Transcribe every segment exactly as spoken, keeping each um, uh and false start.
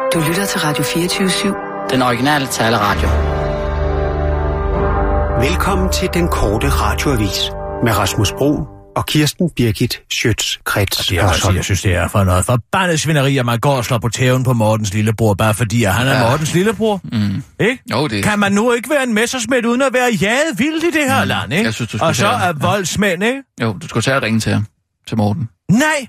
Du lytter til Radio fireogtyve syv. Den originale taleradio. Velkommen til den korte radioavis med Rasmus Bro og Kirsten Birgit Schøtz-Krets. Jeg, sige, jeg synes, det er for noget forbandet svineri, at man går og slår på tæven på Mortens lillebror, bare fordi han er ja. Mortens lillebror. Mm. Ikke? Jo, det... Kan man nu ikke være en Messerschmidt uden at være jaget vildt i det her mm. land, ikke? Jeg synes, du og så tage... er voldsmænd, ikke? Jo, du skulle tage at ringe til ham, til Morten. Nej!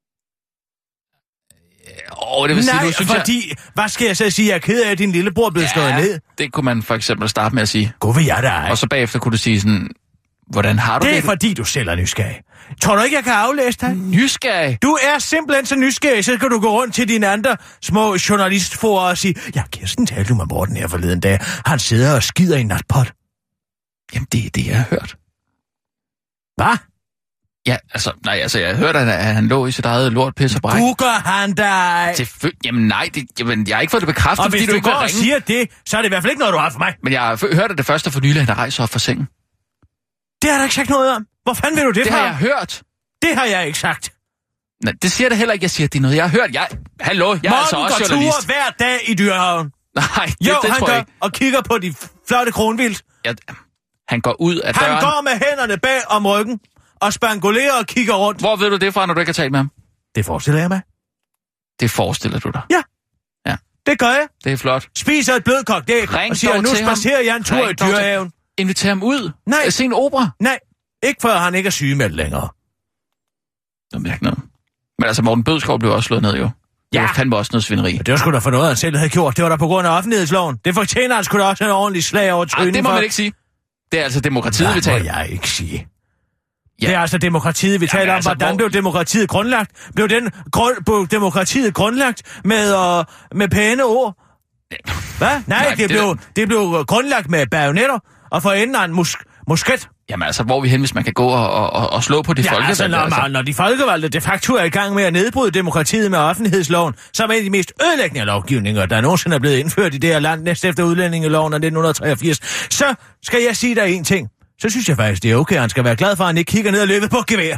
Åh, det vil Nej, sige, du synes, fordi, jeg... hvad skal jeg så sige, jeg er ked af, at din lillebror er blevet ja, slået ned? Det kunne man for eksempel starte med at sige. God ved jeg dig. Og så bagefter kunne du sige sådan, hvordan har du det? Det er det? Fordi, du selv er nysgerrig. Tror du ikke, jeg kan aflæse dig? Nysgerrig? Du er simpelthen så nysgerrig, så skal du gå rundt til dine andre små journalistforer og sige, ja, Kirsten talte du med Morten her forleden dag. Han sidder og skider i en natpot. Jamen, det er det, jeg har hørt. Hvad? Ja, altså, nej, altså, jeg har hørt, at han lå i sit eget lort, pis og bræk. Bukker han dig? Selvføl- jamen nej, det, jamen, jeg har ikke fået det bekræftet, og fordi hvis du, du ikke går og ringe. siger det, så er det i hvert fald ikke noget, du har for mig. Men jeg har hørt, at det første for nylig, han har rejst sig op fra sengen. Det har du ikke sagt noget om. Hvor fanden vil du det Det fra? har jeg hørt. Det har jeg ikke sagt. Nej, det siger det heller ikke. Jeg siger, det er noget, jeg har hørt. Jeg... Hallo, jeg er altså også journalist. journalist. Morten går tur hver dag i Dyrehaven. Nej, det, jo, det han tror gør, jeg ikke. og kigger på de flotte kronvildt. Ja, han går ud af han døren. Han går med hænderne bag om ryggen og spangulerer og kigger rundt. Hvor ved du det fra, når du ikke har talt med ham? Det forestiller jeg mig. Det forestiller du dig? Ja. Ja. Det gør jeg. Det er flot. Spiser et blødkogt æg Ring og siger, nu spacerer jeg en tur Ring i Dyrehaven. Inviter ham ud. Nej. Se en opera. Nej, ikke før han ikke er sygemeldt længere. Det er ikke noget. Men altså, Morten Bødskov blev også slået ned, jo. Det ja. var fandme også noget svineri. Det var sgu da for noget, han selv havde gjort. Det var da på grund af offentlighedsloven. Det fortjener han sgu da også en ordentlig slag over trynen. Ej, det må for. man ikke sige. Det er altså demokratiet, Nej, vi taler. må jeg ikke sige. Ja. Det er altså demokratiet, vi ja, taler om. Altså, hvordan hvor... blev demokratiet grundlagt? Blev, den grund... blev demokratiet grundlagt med, uh, med pæne ord? Hvad? Nej, Nej det, det, blev, der... det blev grundlagt med bajonetter og for enden af en mus... musket. Jamen altså, hvor er vi hen, hvis man kan gå og, og, og slå på de ja, folkevalgte? Altså, når, altså, når de folkevalgte de facto er i gang med at nedbryde demokratiet med offentlighedsloven, som er en af de mest ødelæggende lovgivninger, der nogensinde er blevet indført i det her land næste efter udlændingeloven af nitten treogfirs, så skal jeg sige dig en ting. Så synes jeg faktisk, det er okay, han skal være glad for, at han ikke kigger ned og løber på gevær.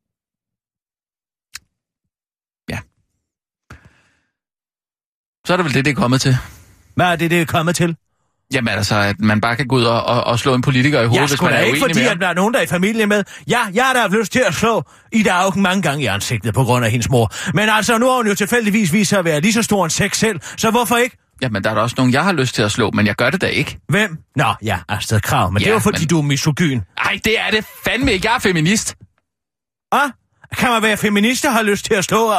Ja. Så er det vel det, det er kommet til. Hvad er det, det er kommet til? Jamen altså, at man bare kan gå ud og, og, og slå en politiker i hovedet, hvis man er ikke uenig fordi, med at der er nogen, der er i familie med. Ja, jeg har da haft lyst til at slå Ida Auken mange gange i ansigtet på grund af hendes mor. Men altså, nu har hun jo tilfældigvis vist sig at være lige så stor en sex selv, så hvorfor ikke? Jamen, der er der også nogen, jeg har lyst til at slå, men jeg gør det da ikke. Hvem? Nå, ja, Astrid Krag, men ja, det er jo fordi, men... du er misogyn. Nej, det er det fandme ikke. Jeg er feminist. Ah? Kan man være feminist og have lyst til at slå...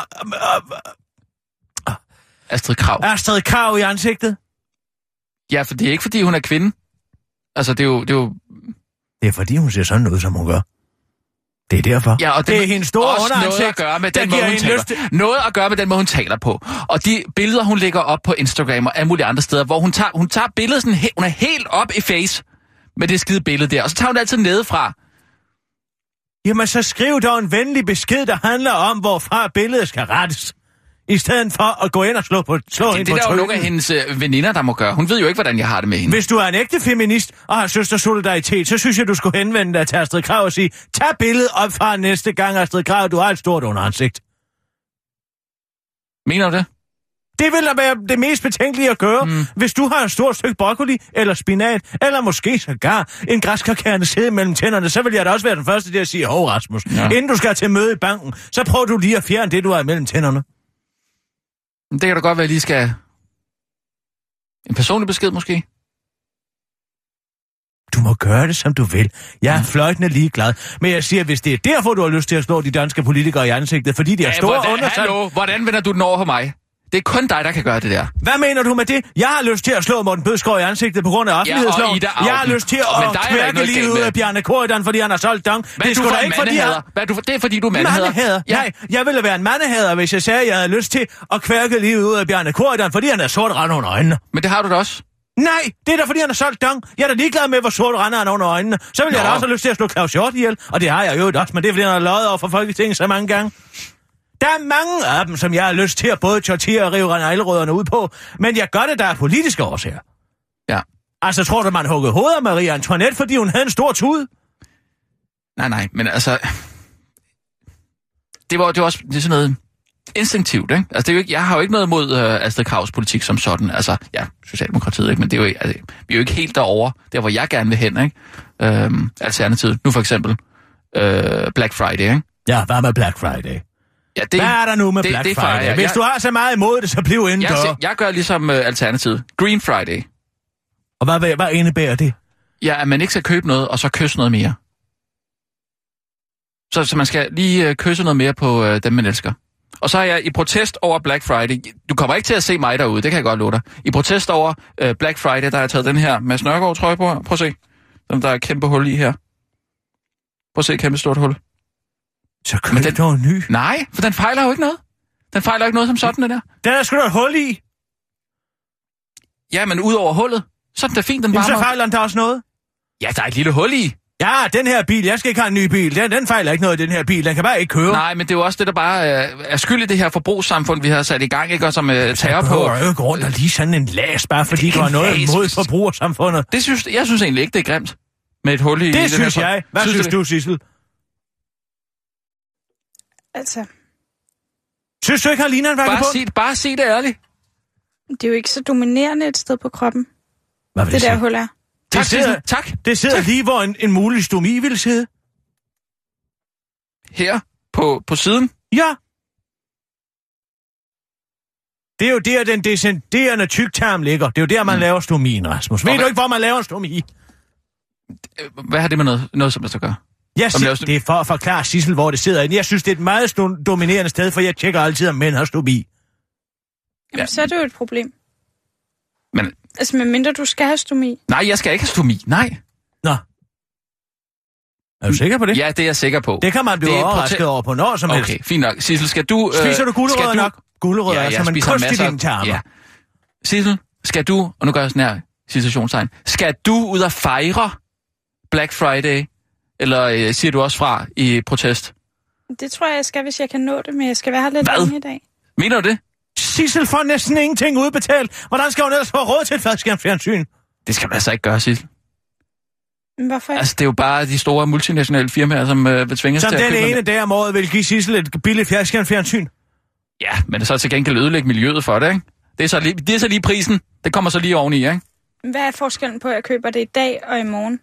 Astrid Krag. Astrid Krag i ansigtet? Ja, for det er ikke, fordi hun er kvinde. Altså, det er jo... Det er, jo... det er fordi, hun ser sådan ud, som hun gør. Det er derfor. Ja, og det, det er hendes store underansigt, noget at gøre med den måde, hun taler. Til... Noget at gøre med den måde, hun taler på. Og de billeder, hun lægger op på Instagram og alle mulige andre steder, hvor hun tager, hun tager billedet sådan... He- hun er helt op i face med det skide billede der. Og så tager hun det altid nedefra. Jamen, så skriv dog en venlig besked, der handler om, hvorfra billedet skal rettes. I stedet for at gå ind og slå, på, slå det, hende det på trykken. Det er jo nogle af hendes øh, veninder, der må gøre. Hun ved jo ikke, hvordan jeg har det med hende. Hvis du er en ægte feminist og har søster solidaritet, så synes jeg, du skulle henvende dig til Astrid Krag og sige, tag billedet op fra næste gang, Astrid Krag, du har et stort underansigt. Mener du det? Det vil da være det mest betænkelige at gøre, mm. hvis du har et stort stykke broccoli, eller spinat, eller måske sågar en græskarkærne sidde mellem tænderne, så vil jeg da også være den første til at sige, hov Rasmus, ja. Inden du skal til møde i banken, så prøv du lige at fjerne det, du har mellem tænderne. Det kan da godt være, at jeg lige skal... En personlig besked, måske? Du må gøre det, som du vil. Jeg er fløjtende ligeglad. Men jeg siger, hvis det er derfor, du har lyst til at slå de danske politikere i ansigtet, fordi de er ja, store hvordan, undersat... Hallo, hvordan vender du den over for mig? Det er kun dig, der kan gøre det der. Hvad mener du med det? Jeg har lyst til at slå Morten Bødskov i ansigtet på grund af offentlighedsloven. Ja, jeg har lyst til at kværke livet ud af Bjarne Corydon, fordi han har solgt dong. Hvad det er sgu da ikke, fordi jeg... Hvad du... Det er, fordi du er mandehader. Mandehader? Ja. Nej, jeg ville være en mandehader, hvis jeg sagde, at jeg havde lyst til at kværke livet ud af Bjarne Corydon, fordi han er sort rand under øjnene. Men det har du da også. Nej, det er da fordi, han har solgt dong. Jeg er da ligeglad med, hvor sort render han under øjnene. Så vil jeg da også have lyst til at slå Claus Hjort ihjel. Og det har jeg jo også, men det er fordi, han har løjet over for Folketinget så mange gange. Der er mange af dem, som jeg har lyst til at både tortere og rive neglerødderne ud på, men jeg gør det, der er politiske årsager. Ja. Altså, tror du, man huggede hovedet af Marie Antoinette, fordi hun havde en stor tud? Nej, nej, men altså... Det var, det var også det er sådan noget... instinktivt, ikke? Altså, det er jo ikke, jeg har jo ikke noget imod øh, Astrid Krags politik som sådan. Altså, ja, Socialdemokratiet, ikke? Men det er jo ikke, altså, vi er jo ikke helt derovre, der hvor jeg gerne vil hen, ikke? Øhm, Alternativet. Nu for eksempel øh, Black Friday, ikke? Ja, hvad med Black Friday? Ja, det, hvad er der nu med det, Black det, Friday? jeg, Hvis jeg, du har så meget imod det, så bliv indendør. Jeg, jeg gør ligesom øh, Alternativet. Green Friday. Og hvad, hvad indebærer det? Ja, at man ikke skal købe noget, og så kysse noget mere. Så, så man skal lige øh, kysse noget mere på øh, dem, man elsker. Og så er jeg i protest over Black Friday. Du kommer ikke til at se mig derude, det kan jeg godt love dig. I protest over øh, Black Friday, der har jeg taget den her med Nørgaard trøje på. Prøv at se. Den der er et kæmpe hul i her. Prøv at se et kæmpe stort hul. Så køb den noget ny. Nej, for den fejler jo ikke noget. Den fejler ikke noget som sådan, den der. Den er sgu da et hul i. Ja, men ud over hullet, så er den da fint, den Jamen, varmer. så fejler den der også noget. Ja, der er et lille hul i. Ja, den her bil, jeg skal ikke have en ny bil. Den, den fejler ikke noget i den her bil. Den kan bare ikke køre. Nej, men det er jo også det, der bare øh, er skyld i det her forbrugssamfund, vi har sat i gang, ikke? Og som øh, tager på... Jeg ikke rundt og lige sådan en las, bare fordi du har noget imod forbrugersamfundet. Det synes, jeg synes egentlig ikke, det er grimt. Med et hul i... Det synes jeg. Hvad synes, synes du, Sissel? Altså... Synes du ikke, har ligner en vagabond? Bare sig, bare sig det ærligt. Det er jo ikke så dominerende et sted på kroppen. Hvad vil det det der sige? hul er. Det tak, sidder, tak. Det sidder tak. Lige, hvor en, en mulig stomi vil sidde. Her? På, på siden? Ja. Det er jo der, den descenderende tyktarm ligger. Det er jo der, man mm. laver stomien, Rasmus. Ved du ikke, hvor man laver en stomi? Hvad har det med noget, noget som at gøre? Jeg siger, det er for at forklare Sissel, hvor det sidder. Jeg synes, det er et meget dominerende sted, for jeg tjekker altid, om mænd har stomi. Jamen, ja. Så er det jo et problem. Men... Altså, medmindre du skal have stomi. Nej, jeg skal ikke have stomi. Nej. Nå. Er du sikker på det? Ja, det er jeg sikker på. Det kan man blive overrasket prote- over på når som helst. Okay, fint nok. Sissel, skal du... Øh, spiser du gulerødder nok? Gulerødder, ja, så man kost i dine tarmer. Ja. Sissel, skal du... Og nu gør jeg sådan her citationstegn. Skal du ud og fejre Black Friday? Eller øh, siger du også fra i protest? Det tror jeg, jeg skal, hvis jeg kan nå det, men jeg skal være her lidt længe i dag. Mener du det? Sissel får næsten ingenting udbetalt. Hvordan skal hun ellers få råd til et fladskærmsfjernsyn? Det skal man altså ikke gøre, Sissel. Hvorfor? Altså, det er jo bare de store multinationale firmaer, som øh, vil tvinge os til at købe... Som den ene dag om året vil give Sissel et billigt fladskærmsfjernsyn. Ja, men det er så til gengæld ødelægge miljøet for det, ikke? Det er, så lige, det er så lige prisen. Det kommer så lige oveni, ikke? Hvad er forskellen på, at jeg køber det i dag og i morgen?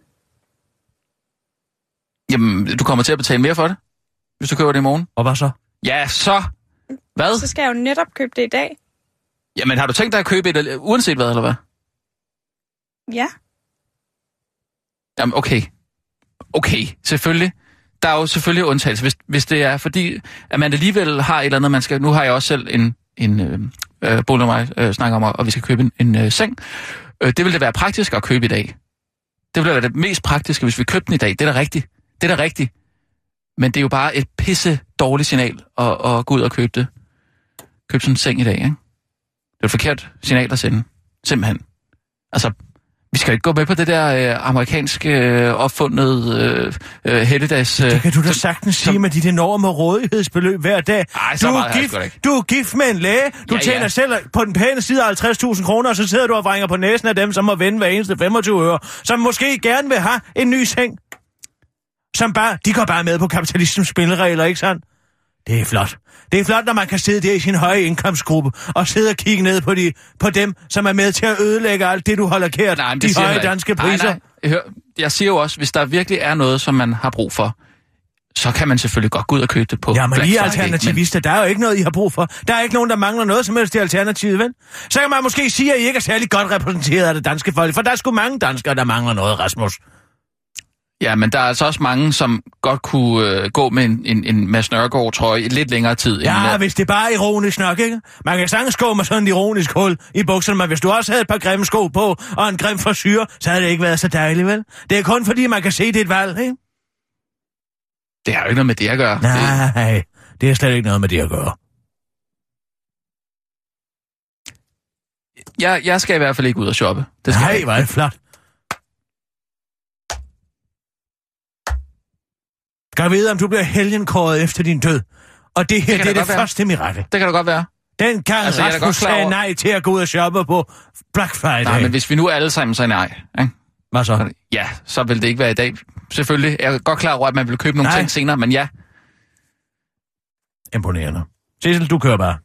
Jamen, du kommer til at betale mere for det, hvis du køber det i morgen. Og hvad så? Ja, så... Hvad? Så skal jeg jo netop købe det i dag. Jamen, har du tænkt dig at købe et, uanset hvad, eller hvad? Ja. Jamen, okay. Okay, selvfølgelig. Der er jo selvfølgelig undtagelse, hvis, hvis det er fordi, at man alligevel har et eller andet, man skal... Nu har jeg også selv en, en øh, Bolle og mig øh, snakker om, at vi skal købe en, en øh, seng. Øh, det vil det være praktisk at købe i dag. Det vil være det mest praktiske, hvis vi købte den i dag. Det er da rigtigt. Det er da rigtigt. Men det er jo bare et pisse dårligt signal at, at gå ud og købe det. Købe sådan en seng i dag, ikke? Det er et forkert signal at sende. Simpelthen. Altså, vi skal jo ikke gå med på det der øh, amerikanske øh, opfundet øh, øh, helligdags... Øh, det kan du da som, sagtens som, sige med dit enorme rådighedsbeløb hver dag. Ej, så du, meget er gift, ikke. du er gift med en læge. Du ja, tjener ja. selv på den pæne side af halvtreds tusind kroner, og så sidder du og vrænger på næsen af dem, som må vende hver eneste femogtyve øre, som måske gerne vil have en ny seng. Som bare, de går bare med på kapitalismens spilleregler, ikke sandt? Det er flot. Det er flot, når man kan sidde der i sin høje indkomstgruppe og sidde og kigge ned på, de, på dem, som er med til at ødelægge alt det, du holder kært. Nej, det de høje danske priser. Nej, nej. Hør, jeg siger jo også, hvis der virkelig er noget, som man har brug for, så kan man selvfølgelig godt gå ud og købe det på Ja, men Black lige Friday, alternativister, men... der er jo ikke noget, I har brug for. Der er ikke nogen, der mangler noget som helst i alternativet, ven? Så kan man måske sige, at I ikke er særlig godt repræsenteret af det danske folk, for der er sgu mange danskere, der mangler noget, Rasmus. Ja, men der er altså også mange, som godt kunne øh, gå med en, en, en Mads Nørgaard trøje i lidt længere tid. Ja, end, hvis det bare er ironisk nok, ikke? Man kan sagtens gå med sådan en ironisk hul i bukserne, men hvis du også havde et par grimme sko på og en grim frisyre, så havde det ikke været så dejligt, vel? Det er kun fordi, man kan se, det er et valg, ikke? Det har jo ikke noget med det at gøre. Nej, det, det er slet ikke noget med det at gøre. Jeg, jeg skal i hvert fald ikke ud og shoppe. Det skal Nej, hvor er det flot. Skal jeg vide, om du bliver helgenkåret efter din død? Og det her, det, det er det være. første mirakel. Det kan da godt være. Den kan altså, Rasmus sagde nej til at gå ud og shoppe på Black Friday. Nej, men hvis vi nu alle sammen sagde nej, ikke? Hvad så? Ja, så vil det ikke være i dag. Selvfølgelig. Jeg er godt klar over, at man vil købe nogle nej. ting senere, men ja. Imponerende. Cecil, du kører bare.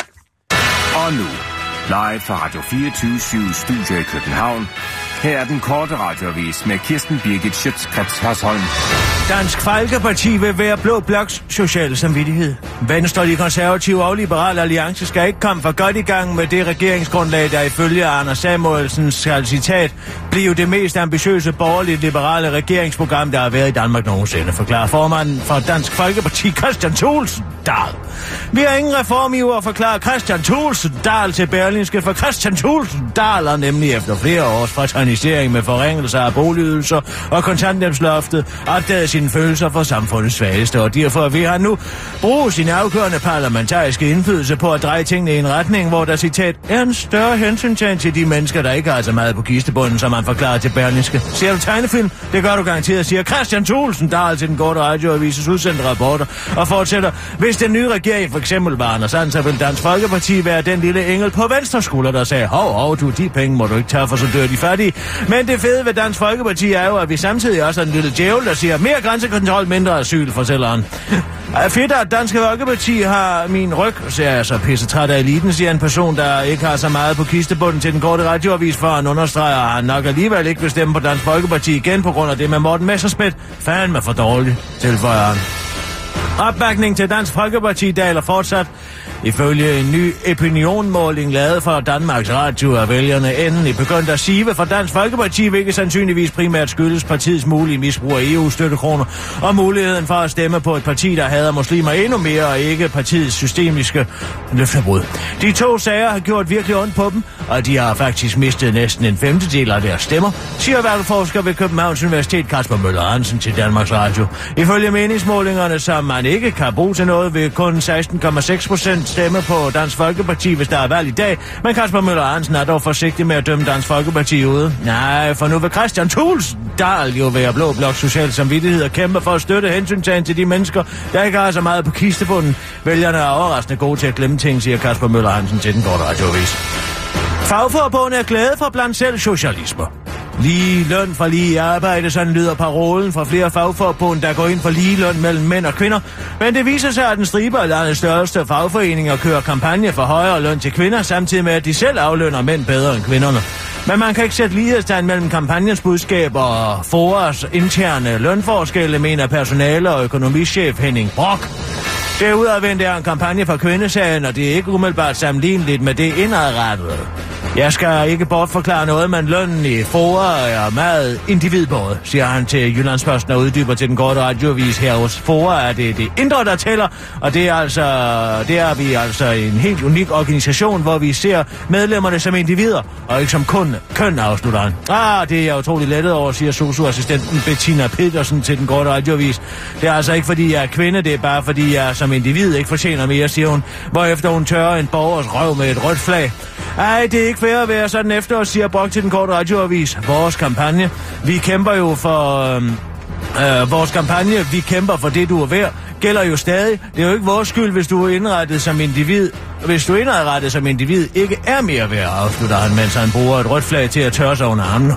Og nu, live fra Radio fireogtyve syv Studio i København. Her er den korte radioavis med Kirsten Birgit Schøtz-Krets Hørsholm. Dansk Folkeparti vil være blå bloks sociale samvittighed. Venstre, de konservative og liberale alliance skal ikke komme for godt i gang med det regeringsgrundlag, der ifølge Anders Samuelsens skal citat blive det mest ambitiøse borgerligt liberale regeringsprogram, der har været i Danmark nogensinde, forklarer formanden for Dansk Folkeparti, Christian Thulesen Dahl. Vi har ingen reformiver, forklarer Christian Thulesen Dahl til Berlingske, for Christian Thulesen Dahl er nemlig efter flere års fraternisering med forringelser af boligydelser og kontanthjælpsloftet opdaget sine følelser for samfundets svageste, og derfor vil han nu bruge sin afgørende parlamentariske indflydelse på at dreje tingene i en retning, hvor der citat er en større hensyntagen til de mennesker, der ikke har så meget på kistebunden, som han forklarer til Berlingske. Ser du tegnefilm? Det gør du garanteret, siger Christian Thulesen Dahl til den korte radioavises udsendte rapporter, og fortsætter: hvis den nye regering for eksempel var Anders Sand, så vil Dansk Folkeparti være den lille engel på venstre skulder, der sagde, hov, hov, du, de penge må du ikke tage, for så dør de fattige. Men det fede ved Dansk Folkeparti er jo, at vi samtidig også er en lille djævel, der siger, mere grænsekontrol, mindre asyl, fortæller han. Fedt, at Dansk Folkeparti har min ryg, så jeg er så pissetræt af eliten, siger en person, der ikke har så meget på kistebunden til den korte radioavis, for han understreger, at han nok alligevel ikke vil stemme på Dansk Folkeparti igen på grund af det med Morten Messerschmidt. Fanden er for dårligt, tilføjer han. Opbakning til Dansk Folkeparti daler fortsat. Ifølge en ny opinionmåling lavet for Danmarks Radio er vælgerne endelig begyndt at sive for Dansk Folkeparti, hvilket sandsynligvis primært skyldes partiets mulige misbrug af E U-støttekroner og muligheden for at stemme på et parti, der hader muslimer endnu mere, og ikke partiets systemiske løftebrud. De to sager har gjort virkelig ondt på dem, og de har faktisk mistet næsten en femtedel af deres stemmer, siger valgforsker ved Københavns Universitet Kasper Møller Hansen til Danmarks Radio. Ifølge meningsmålingerne, som man ikke kan bruge til noget, vil kun seksten komma seks procent stemme på Dansk Folkeparti, hvis der er valg i dag, men Kasper Møller Hansen er dog forsigtig med at dømme Dansk Folkeparti ude. Nej, for nu vil Christian Thulesen Dahl jo være blå blok social samvittighed og kæmpe for at støtte hensyntagen til de mennesker, der ikke har så meget på kistebunden. Vælgerne er overraskende gode til at glemme ting, siger Kasper Møller Hansen til den korte radioavis. Fagforbundet er glade for blandt selv socialisme. Lige løn for lige arbejde, sådan lyder parolen fra flere fagforbund, der går ind for lige løn mellem mænd og kvinder. Men det viser sig, at den stribe af landets største fagforeninger kører kampagne for højere løn til kvinder, samtidig med, at de selv aflønner mænd bedre end kvinderne. Men man kan ikke sætte lighedstegn mellem kampagnens budskab og Foras interne lønforskelle, mener personale- og økonomichef Henning Brock. Derudadvendt er en kampagne for kvindesagen, og det er ikke umiddelbart sammenligneligt med det indadrettede. Jeg skal ikke bortforklare noget, men lønnen i Fora er meget individbåret, siger han til Jyllandsposten og uddyber til den korte radioavis. Her hos Fora er det det indre, der tæller, og det er, altså, det er vi altså en helt unik organisation, hvor vi ser medlemmerne som individer, og ikke som kun køn, afslutter han. Ah, det er jeg utrolig lettet over, siger sosu-assistenten Bettina Petersen til den korte radioavis. Det er altså ikke, fordi jeg er kvinde, det er bare, fordi jeg som individ ikke fortjener mere, siger hun, hvorefter hun tørrer en borgers røv med et rødt flag. Ej, det er ikke fair at være sådan efter, siger Brock til den korte radioavis. Vores kampagne, vi kæmper jo for... Øh, øh, vores kampagne, vi kæmper for det, du er værd, gælder jo stadig. Det er jo ikke vores skyld, hvis du er indrettet som individ. Hvis du er indrettet som individ, ikke er mere værd, afslutter han, mens han bruger et rødt flag til at tørre sig under armene.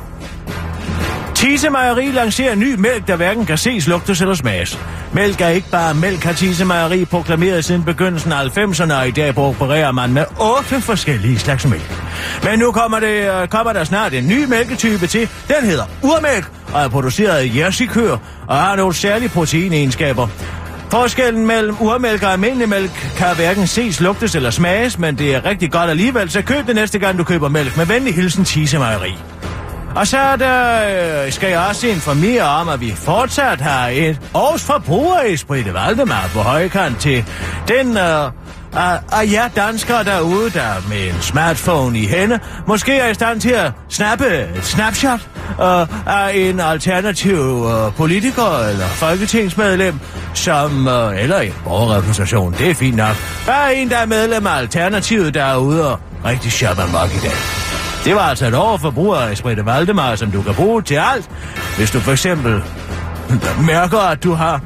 Thise Mejeri lancerer ny mælk, der hverken kan ses, lugtes eller smages. Mælk er ikke bare mælk, har Thise Mejeri proklameret siden begyndelsen af halvfemserne, og i dag opererer man med otte forskellige slags mælk. Men nu kommer, det, kommer der snart en ny mælketype til. Den hedder urmælk, og er produceret af jersikøer, og har nogle særlige proteinegenskaber. Forskellen mellem urmælk og almindelig mælk kan hverken ses, lugtes eller smages, men det er rigtig godt alligevel, så køb det næste gang, du køber mælk. Med venlig hilsen, Thise Mejeri. Og så der, øh, skal jeg også informere om, at vi fortsat har et års forbruger i Spritte Valdemar på højkant til den øh, af jer danskere derude, der med en smartphone i hænde, måske er i stand til at snappe et snapshot øh, af en alternativ øh, politiker eller folketingsmedlem, som, øh, eller en borgerrepræsentation, det er fint nok. Bare en, der er medlem af Alternativet derude og rigtig shop amok i dag. Det var altså et overforbrug af Spritte Valdemar, som du kan bruge til alt. Hvis du for eksempel mærker, at du har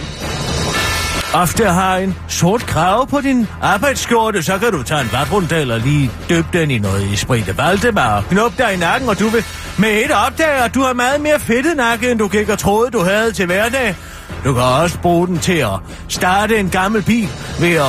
ofte har en sort krave på din arbejdsskjorte, så kan du tage en vatrundel og lige døbe den i noget i Spritte Valdemar. Knop dig i nakken, og du vil med et opdage, at du har meget mere fedtet nakke, end du gik og troede, du havde til hverdag. Du kan også bruge den til at starte en gammel bil ved at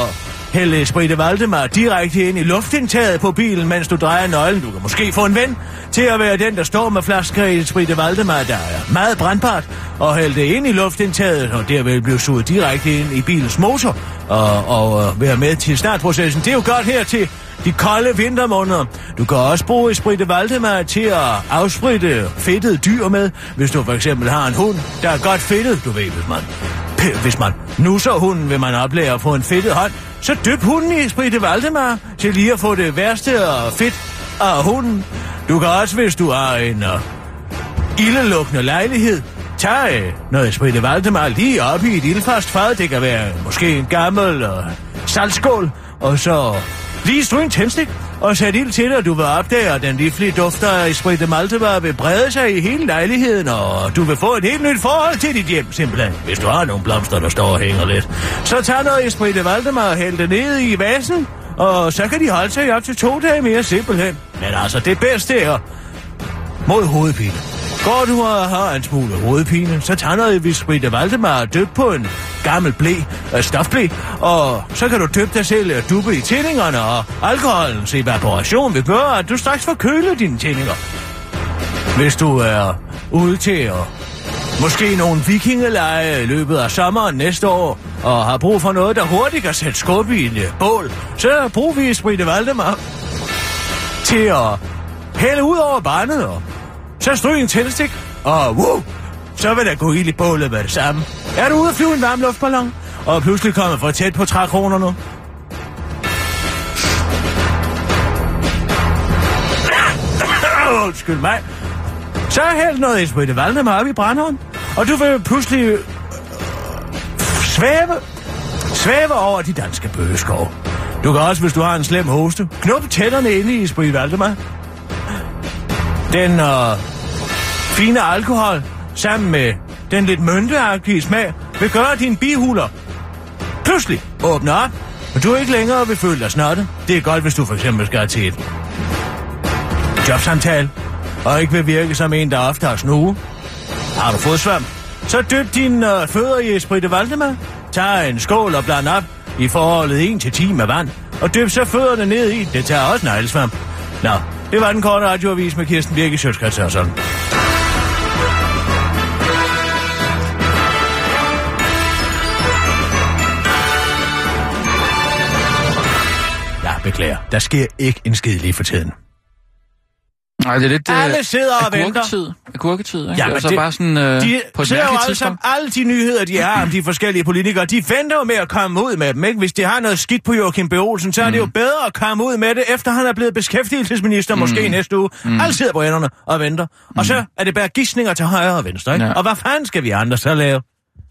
hælde Spritte Valdemar direkte ind i luftindtaget på bilen, mens du drejer nøglen. Du kan måske få en ven til at være den, der står med flasker i Spritte Valdemar, der er meget brandbart, og hælde det ind i luftindtaget, og derved blive suget direkte ind i bilens motor, og, og uh, være med til startprocessen. Det er jo godt her til de kolde vintermåneder. Du kan også bruge Spritte Valdemar til at afspritte fedtede dyr med, hvis du for eksempel har en hund, der er godt fedtet. Du ved, hvis man, hvis man nusser hunden, vil man oplære at få en fedtet hånd, så dyp hunden i Spritte Valdemar til lige at få det værste og fedt af hunden. Du kan også, hvis du har en uh, ildelukkende lejlighed, tag uh, noget Spritte Valdemar lige op i et ildfast fad. Det kan være måske en gammel uh, saltskål, og så lige stryg en tændstik og sæt ild til dig. Du vil opdage, at den livlige dufter af Spritte Valdemar vil brede sig i hele lejligheden, og du vil få et helt nyt forhold til dit hjem, simpelthen. Hvis du har nogle blomster, der står og hænger lidt, så tag noget Spritte Valdemar og hæld det ned i vasen, og så kan de holde sig op til to dage mere, simpelthen. Men altså, det bedste er mod hovedpine. Går du og har en smule hovedpine, så tager noget Spritte Valdemar og dyp på en gammel blæ, øh, stofblæ, og så kan du dyppe dig selv og duppe i tændingerne, og alkoholens evaporation vil gøre, at du straks får kølet dine tændinger. Hvis du er ude til at måske nogle vikingeleje i løbet af sommeren næste år, og har brug for noget, der hurtigt kan sætte skub i en bål, så bruger vi Spritte Valdemar til at hælde ud over barnet, og så stryg en tændstik, og wow, så vil der gå ild i bålet med det samme. Er du ude at flyve en varm luftballon, og pludselig kommer for tæt på trækroner nu? Undskyld mig. Så hæld noget Spritte Valdemar op i brænderen, og du vil pludselig øh, svæve, svæve over de danske bøgeskov. Du kan også, hvis du har en slem hoste, knuppe tænderne inde i Spritte Valdemar. Den øh, fine alkohol, sammen med den lidt mynteagtige smag, vil gøre dine bihuler pludselig åbne op, og du ikke længere vil føle dig snottet. Det er godt, hvis du for eksempel skal til et jobsamtale, og ikke vil virke som en, der ofte har snue. Har du fodsvamp, så dyp dine øh, fødder i Spritte Valdemar, tag en skål og bland op i forholdet en til ti med vand, og dyp så fødderne ned i. Det tager også neglesvamp. Nå, det var den korte radioavis med Kirsten Birgit Schøtz-Krets og sådan. Ja, beklager. Der sker ikke en skid lige for tiden. Nej, det er lidt... Alle sidder og venter. Agurketid. Agurketid, ikke? Ja, men altså det, bare sådan, øh, de på et sidder jo mærkeligt alle, tidspunkt. sammen, alle de nyheder, de har om de forskellige politikere, de venter jo med at komme ud med dem, ikke? Hvis de har noget skidt på Joachim B. Olsen, så er mm. det jo bedre at komme ud med det, efter han er blevet beskæftigelsesminister, mm. måske næste uge. Mm. Alle sidder på hænderne og venter. Mm. Og så er det bare gidsninger til højre og venstre, ikke? Ja. Og hvad fanden skal vi andre så lave?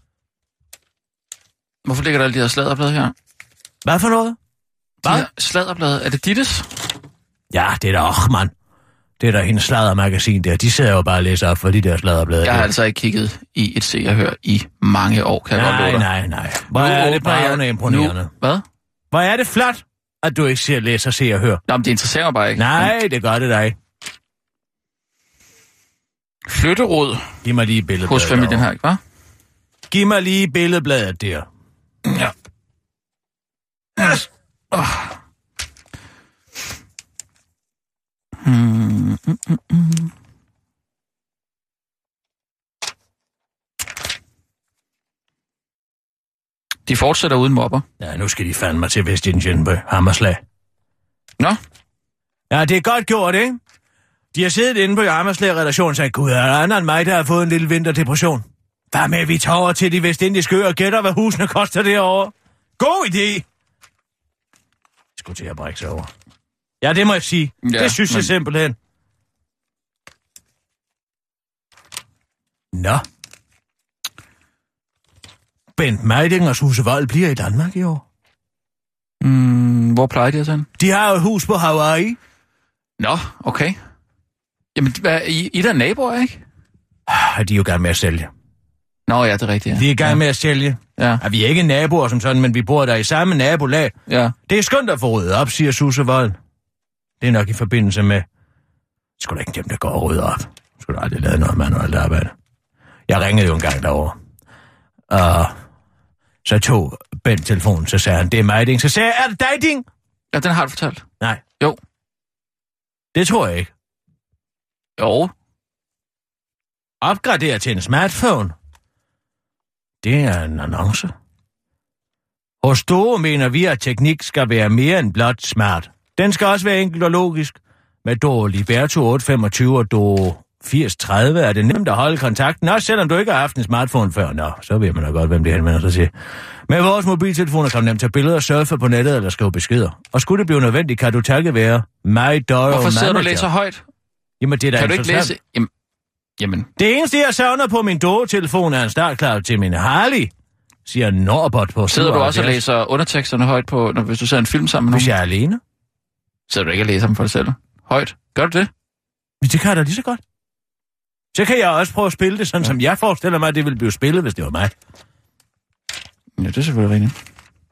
Hvorfor ligger der alle de her sladderblade her? Hvad for noget? Hvad? De her sladderblade, er det dittes? Ja, det er da, åh, mand. Det er da hendes sladdermagasin der. De sidder jo bare og læser op for de der sladderblade. Jeg har altså ikke kigget i et Se og Hør i mange år, kan jeg nej, godt love dig. Nej, nej, nej. Hvor er det bravende imponerende. Nu, hvad? Hvor er det flot, at du ikke ser, læser, Se og Hør. Nå, men det interesserer mig bare ikke. Nej, det gør det da ikke. Flytterod. Giv mig lige billedbladet. Hos familien her, ikke, hva'? Giv mig lige billedbladet der. Ja. Yes. Oh. Mm, mm, mm, mm. De fortsætter uden mobber. Ja, nu skal de fandme til Vestindien på Hammerslag. Nå? Ja, det er godt gjort, ikke? De har siddet inde på Hammerslag-redaktionen og sagt, gud, er der andre end mig, der har fået en lille vinterdepression? Hvad med, vi tager over til de vestindiske øer og gætter, hvad husene koster derovre? God idé! Jeg skulle til at brække sig over. Ja, det må jeg sige. Ja, det synes men... jeg simpelthen. Nå. Bent Meidingers Husevold bliver i Danmark i år. Mm, hvor plejer de at sende? De har jo et hus på Hawaii. Nå, okay. Jamen, hvad, I, I der er naboer, ikke? Ah, de er jo gerne med at sælge. Nå ja, det er rigtigt, ja. Vi er i gang ja. med at sælge. Ja. Ja, vi er ikke naboer som sådan, men vi bor der i samme nabolag. Ja. Det er skønt at få ryddet op, siger Husevold. Det er nok i forbindelse med... Sgu da ikke dem, der går og rydder op. Sgu da aldrig lave noget manuelt arbejde. Jeg ringede jo en gang derovre. Og Så tog Bent telefonen, så sagde han, det er mig, Ding. Så sagde jeg, er det dig, Ding? Ja, den har du fortalt. Nej. Jo. Det tror jeg ikke. Jo. Opgrader til en smartphone. Det er en annonce. Hos Doro mener vi, at teknik skal være mere end blot smart. Den skal også være enkel og logisk. Med Doro Liberto otte femogtyve og Doro firs tredive er det nemt at holde kontakten, også selvom du ikke har haft en smartphone før. Nå, så ved man da godt, hvem det henvender sig til. Med vores mobiltelefoner kan du nemt tage billeder, surfe på nettet eller skrive beskeder. Og skulle det blive nødvendigt, kan du takket være My Doro Hvorfor sidder Manager. du og læser højt? Jamen, det er da kan du ikke læse? Jamen, jamen. Det eneste, jeg savner på min Doro-telefon, er en startklar til min Harley, siger Norbert på Sidder du også og læser underteksterne højt på, når, hvis du ser en film sammen med nogen? Hvis jeg er alene? Sidder du ikke og læser dem for dig selv? Højt? Gør du det? Det kan jeg da lige så godt. Så kan jeg også prøve at spille det, sådan ja. som jeg forestiller mig, at det ville blive spillet, hvis det var mig. Ja, det er selvfølgelig rigtigt.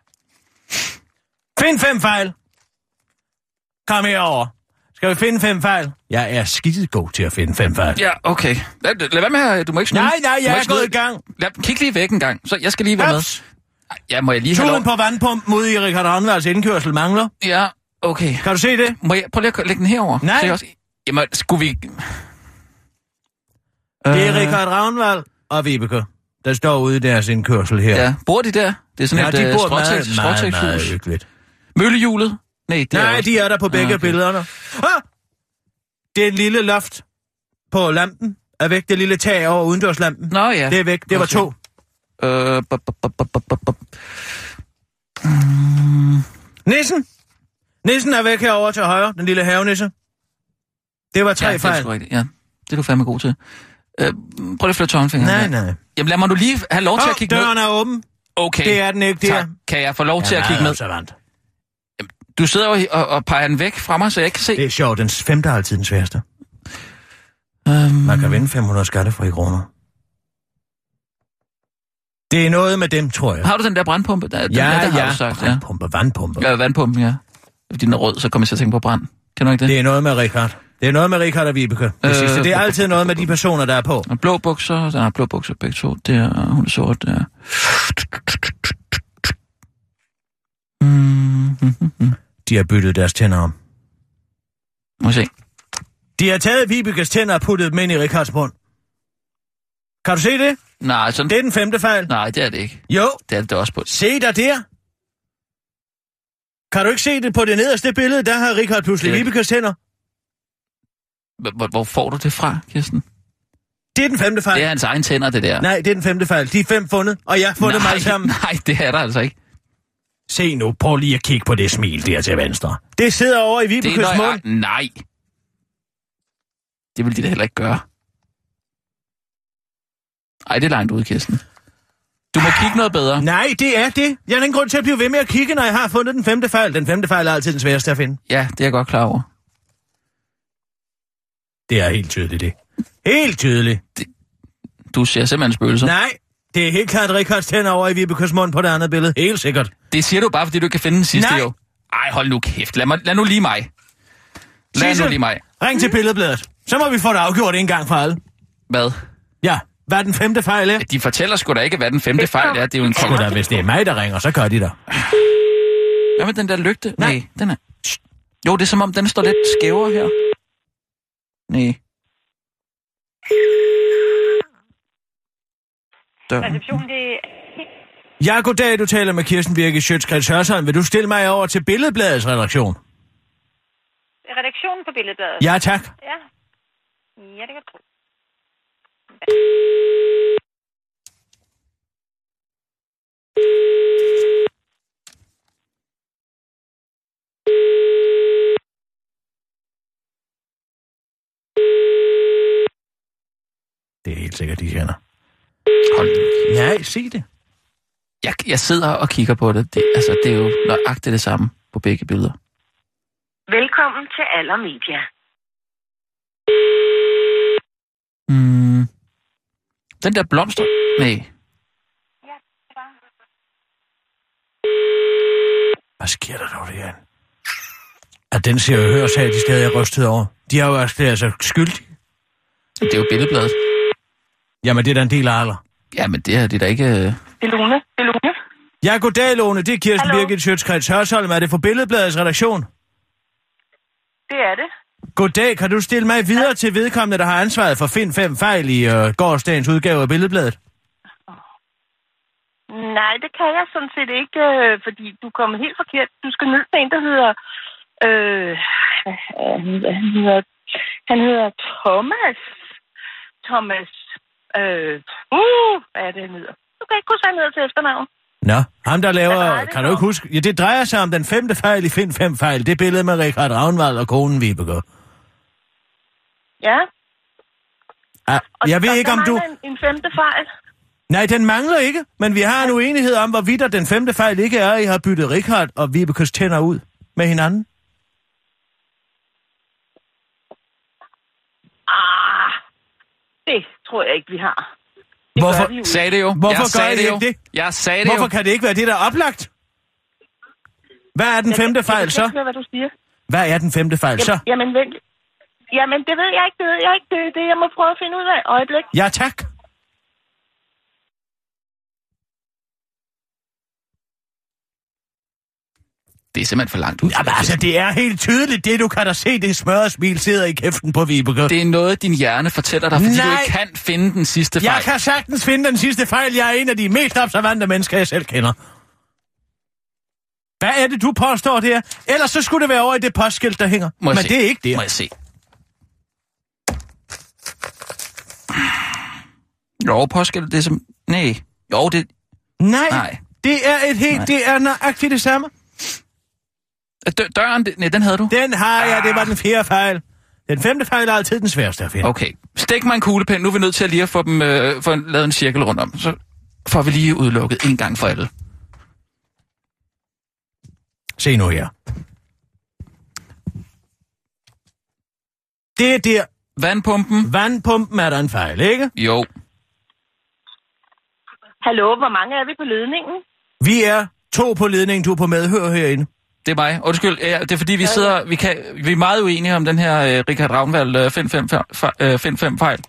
Find fem fejl. Kom herover. Skal vi finde fem fejl? Jeg er skidegod til at finde fem fejl. Ja, okay. Lad, lad være med her. Du må ikke snyde. Nej, nej, jeg er snyde. gået i gang. Lad, kig lige væk en gang, så jeg skal lige være Ups. med. Ja, må jeg lige have Turen på vandpumpen ude i Richard Ravnvalds indkørsel mangler. Ja, okay. Kan du se det? Må jeg prøve lige at lægge den herover? Nej. Så også... Jamen, skulle vi... Det er Richard Ravnvald og Vibeke, der står ude i deres indkørsel her. Ja, bor de der? Det er sådan ja, et de bor meget, meget, meget, meget hyggeligt. Møllehjulet? Nej, det Nej, er også... de er der på begge ah, okay. billederne. Ah! Det er et lille loft på lampen. Er væk, det lille tag over udendørslampen. Nå ja. Det er væk, det okay. var to. Øh, b- b- b- b- b- b- mm. Nissen. Nissen er væk herovre til højre, den lille havenisse. Det var tre ja, fejl. Det ja, det er du fandme god til. Øh, prøv lige at flytte tommelfingeren. Nej, nej. Jamen lad mig nu lige have lov til oh, at kigge med. Døren er åben. Okay. Det er den ikke, det tak. Kan jeg få lov til ja, at kigge med? Observant. Du sidder jo og, og peger den væk fra mig, så jeg ikke kan se. Det er sjovt, den femte er altid den sværeste. Um... Man kan vinde fem hundrede skattefri kroner. Det er noget med dem, tror jeg. Har du den der brandpumpe? Der, den ja, der, der ja, har du sagt, brandpumpe, ja. vandpumpe. Ja, vandpumpen, ja. Fordi den er rød, så kommer jeg til at tænke på brand. Kan du ikke det? Det er noget med Richard. Det er noget med Richard og Vibeke. Det, øh, sidste. Det er altid noget med de personer, der er på. Blå bukser, den har blå bukser begge to. Det er, hun er sort, det er... Mm-hmm. De har byttet deres tænder om. Må se. De har taget Vibekes tænder og puttet dem ind i Richards mund. Kan du se det? Nej, sådan... Det er den femte fejl. Nej, det er det ikke. Jo. Det er det også på. Se dig der. Kan du ikke se det på det nederste billede? Der har Richard pludselig det... Vibekes tænder. Hvor, hvor får du det fra, Kirsten? Det er den femte fejl. Det er hans egen tænder, det der. Nej, det er den femte fejl. De er fem fundet, og jeg har fundet mig sammen. Nej, det er der altså ikke. Se nu, prøv lige at kigge på det smil der til venstre. Det sidder over i Vibekes mund. Nej. Det vil de da heller ikke gøre. Ej, det er langt ude, Kirsten. Du må kigge noget bedre. Nej, det er det. Jeg har ingen grund til at blive ved med at kigge, når jeg har fundet den femte fejl. Den femte fejl er altid den sværeste at finde. Ja, det er jeg godt klar over. Det er helt tydeligt, det. Helt tydeligt. Det... Du ser simpelthen spøgelser. Nej, det er helt klart Richards tænder over i Vibekes mund på det andet billede. Helt sikkert. Det siger du bare, fordi du ikke kan finde den sidste, Nej. jo. Ej, hold nu kæft. Lad, mig, lad nu lige mig. Lad Sisse, nu lige mig. Ring til Billedbladet. Så må vi få det afgjort en gang for alle. Hvad? Ja, hvad den femte fejl er? Ja, de fortæller sgu da ikke, hvad den femte fejl er. Det er jo en sgu da, hvis det er mig, der ringer, så gør de der. Hvad med den der lygte? Nej. Nej, den er... Jo, det er som om, den står lidt skævere her. Nej. Receptionen, det... Ja, goddag, du taler med Kirsten Birgit Schøtz-Krets Hørsholm. Vil du stille mig over til Billedbladets redaktion? Redaktionen på Billedbladet? Ja, tak. Ja. Ja, det kan du. Det er helt sikkert, de kender. Hold. Nej, sig det. Jeg, jeg sidder og kigger på det. Det, altså, det er jo nøjagtigt det samme på begge billeder. Velkommen til Aller Media. Mm. Den der blomster? Nej. Ja, bare. Hvad sker der dog, det her? At den ser jo høres her, de steder jeg rystet over. De har jo også altså skyldige. Det er jo Billedbladet. Jamen, det er da en del af alder. Jamen, det er det er da ikke... Belune, Belune. Ja, goddag, Lone. Det er Kirsten Hallo? Birgit Sjøtskreds Hørsholm. Er det for Billedbladets redaktion? Det er det. Goddag. Kan du stille mig videre til vedkommende, der har ansvaret for Find fem fejl i øh, gårsdagens udgave af Billedbladet? Nej, det kan jeg sådan set ikke, øh, fordi du er kommet helt forkert. Du skal ned til en, der hedder... Øh, han hedder... Han hedder Thomas. Thomas... Øh, uh, hvad er det, han hedder? Du kan ikke huske, han hedder til efternavn. Nå, ham der laver... det Kan du om? ikke huske? Ja, det drejer sig om den femte fejl i Find fem fejl. Det billede med Richard Ravnvald og konen Vibeke. Ja. Ah, Og jeg ved der- ikke, der om du... mangler En, en femte fejl. Nej, den mangler ikke, men vi har en uenighed om, hvorvidt at den femte fejl ikke er, at I har byttet Richard og Vibekes tænder ud med hinanden. Ah, det tror jeg ikke, vi har. Det Hvorfor? gør vi jo ikke. Sagde det jo. Hvorfor jeg gør sagde I det ikke jo. det? Jeg sagde det Hvorfor jo. kan det ikke være det, der er oplagt? Hvad er den Jeg femte kan- fejl Jeg så? kan ikke høre, hvad du siger. Hvad er den femte fejl så? Jamen, jamen, vent. Jamen, det ved jeg ikke, det ved jeg ikke. Det er det, jeg må prøve at finde ud af. Øjeblik. Ja, tak. Det er simpelthen for langt ud. Jamen altså, det er helt tydeligt, det du kan da se, det smørre smil sidder i kæften på Vibeke. Det er noget, din hjerne fortæller dig, fordi Nej. du ikke kan finde den sidste fejl. Jeg kan sagtens finde den sidste fejl. Jeg er en af de mest observante mennesker, jeg selv kender. Hvad er det, du påstår der? Ellers så skulle det være over i det postskilt, der hænger. Må jeg Men se? det er ikke det. Må jeg se? Jo, påskæld, det er som... Nej. Jo, det... Nej, Nej. det er et helt... Nej. Det er nøjagtigt det samme. Dø- døren, det... nej, den havde du? Den har jeg, det var den fjerde fejl. Den femte fejl er altid den sværeste at finde. Okay. Stik mig en kuglepen. Nu er vi nødt til at lige at få dem øh, få lavet en cirkel rundt om. Så får vi lige udelukket en gang for alle. Se nu her. Det er der. Vandpumpen? Vandpumpen er der en fejl, ikke? Jo. Hallo, hvor mange er vi på ledningen? Vi er to på ledningen, du er på medhør herinde. Det er mig. Undskyld, ja, det er fordi, vi sidder... Vi, kan, vi er meget uenige om den her øh, Richard Ravnvald øh, Find fem øh, Find fem fejl.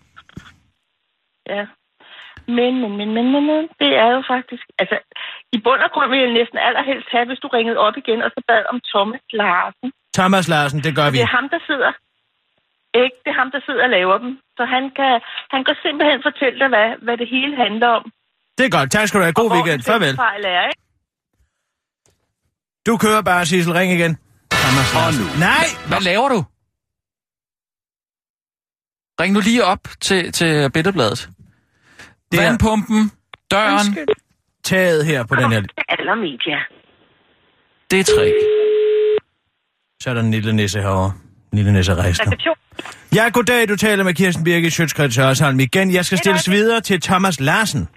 Ja. Men, men, men, men, men, men, det er jo faktisk... Altså, i bund og grund vil jeg næsten allerhelst have, hvis du ringede op igen, og så bad om Thomas Larsen. Thomas Larsen, det gør vi. Det er ham, der sidder... Ikke, det er ham, der sidder og laver dem. Så han kan, han kan simpelthen fortælle dig, hvad, hvad det hele handler om. Det er godt. Tak skal du have. God Og weekend. hvor den Farvel. fejl er, ikke? Du kører bare, Sissel. Ring igen. Thomas Larsen. Nej! Hvad laver du? Ring nu lige op til, til Billedbladet. Det er Vandpumpen, døren, Undskyld. taget her på den her... Aller media. det er tre. Så er der en lille nisse herovre. En lille nisse rejser. Reception. Ja, goddag. Du taler med Kirsten Birgit Sjøtskreds Hørsholm igen. Jeg skal stilles videre til Thomas Larsen.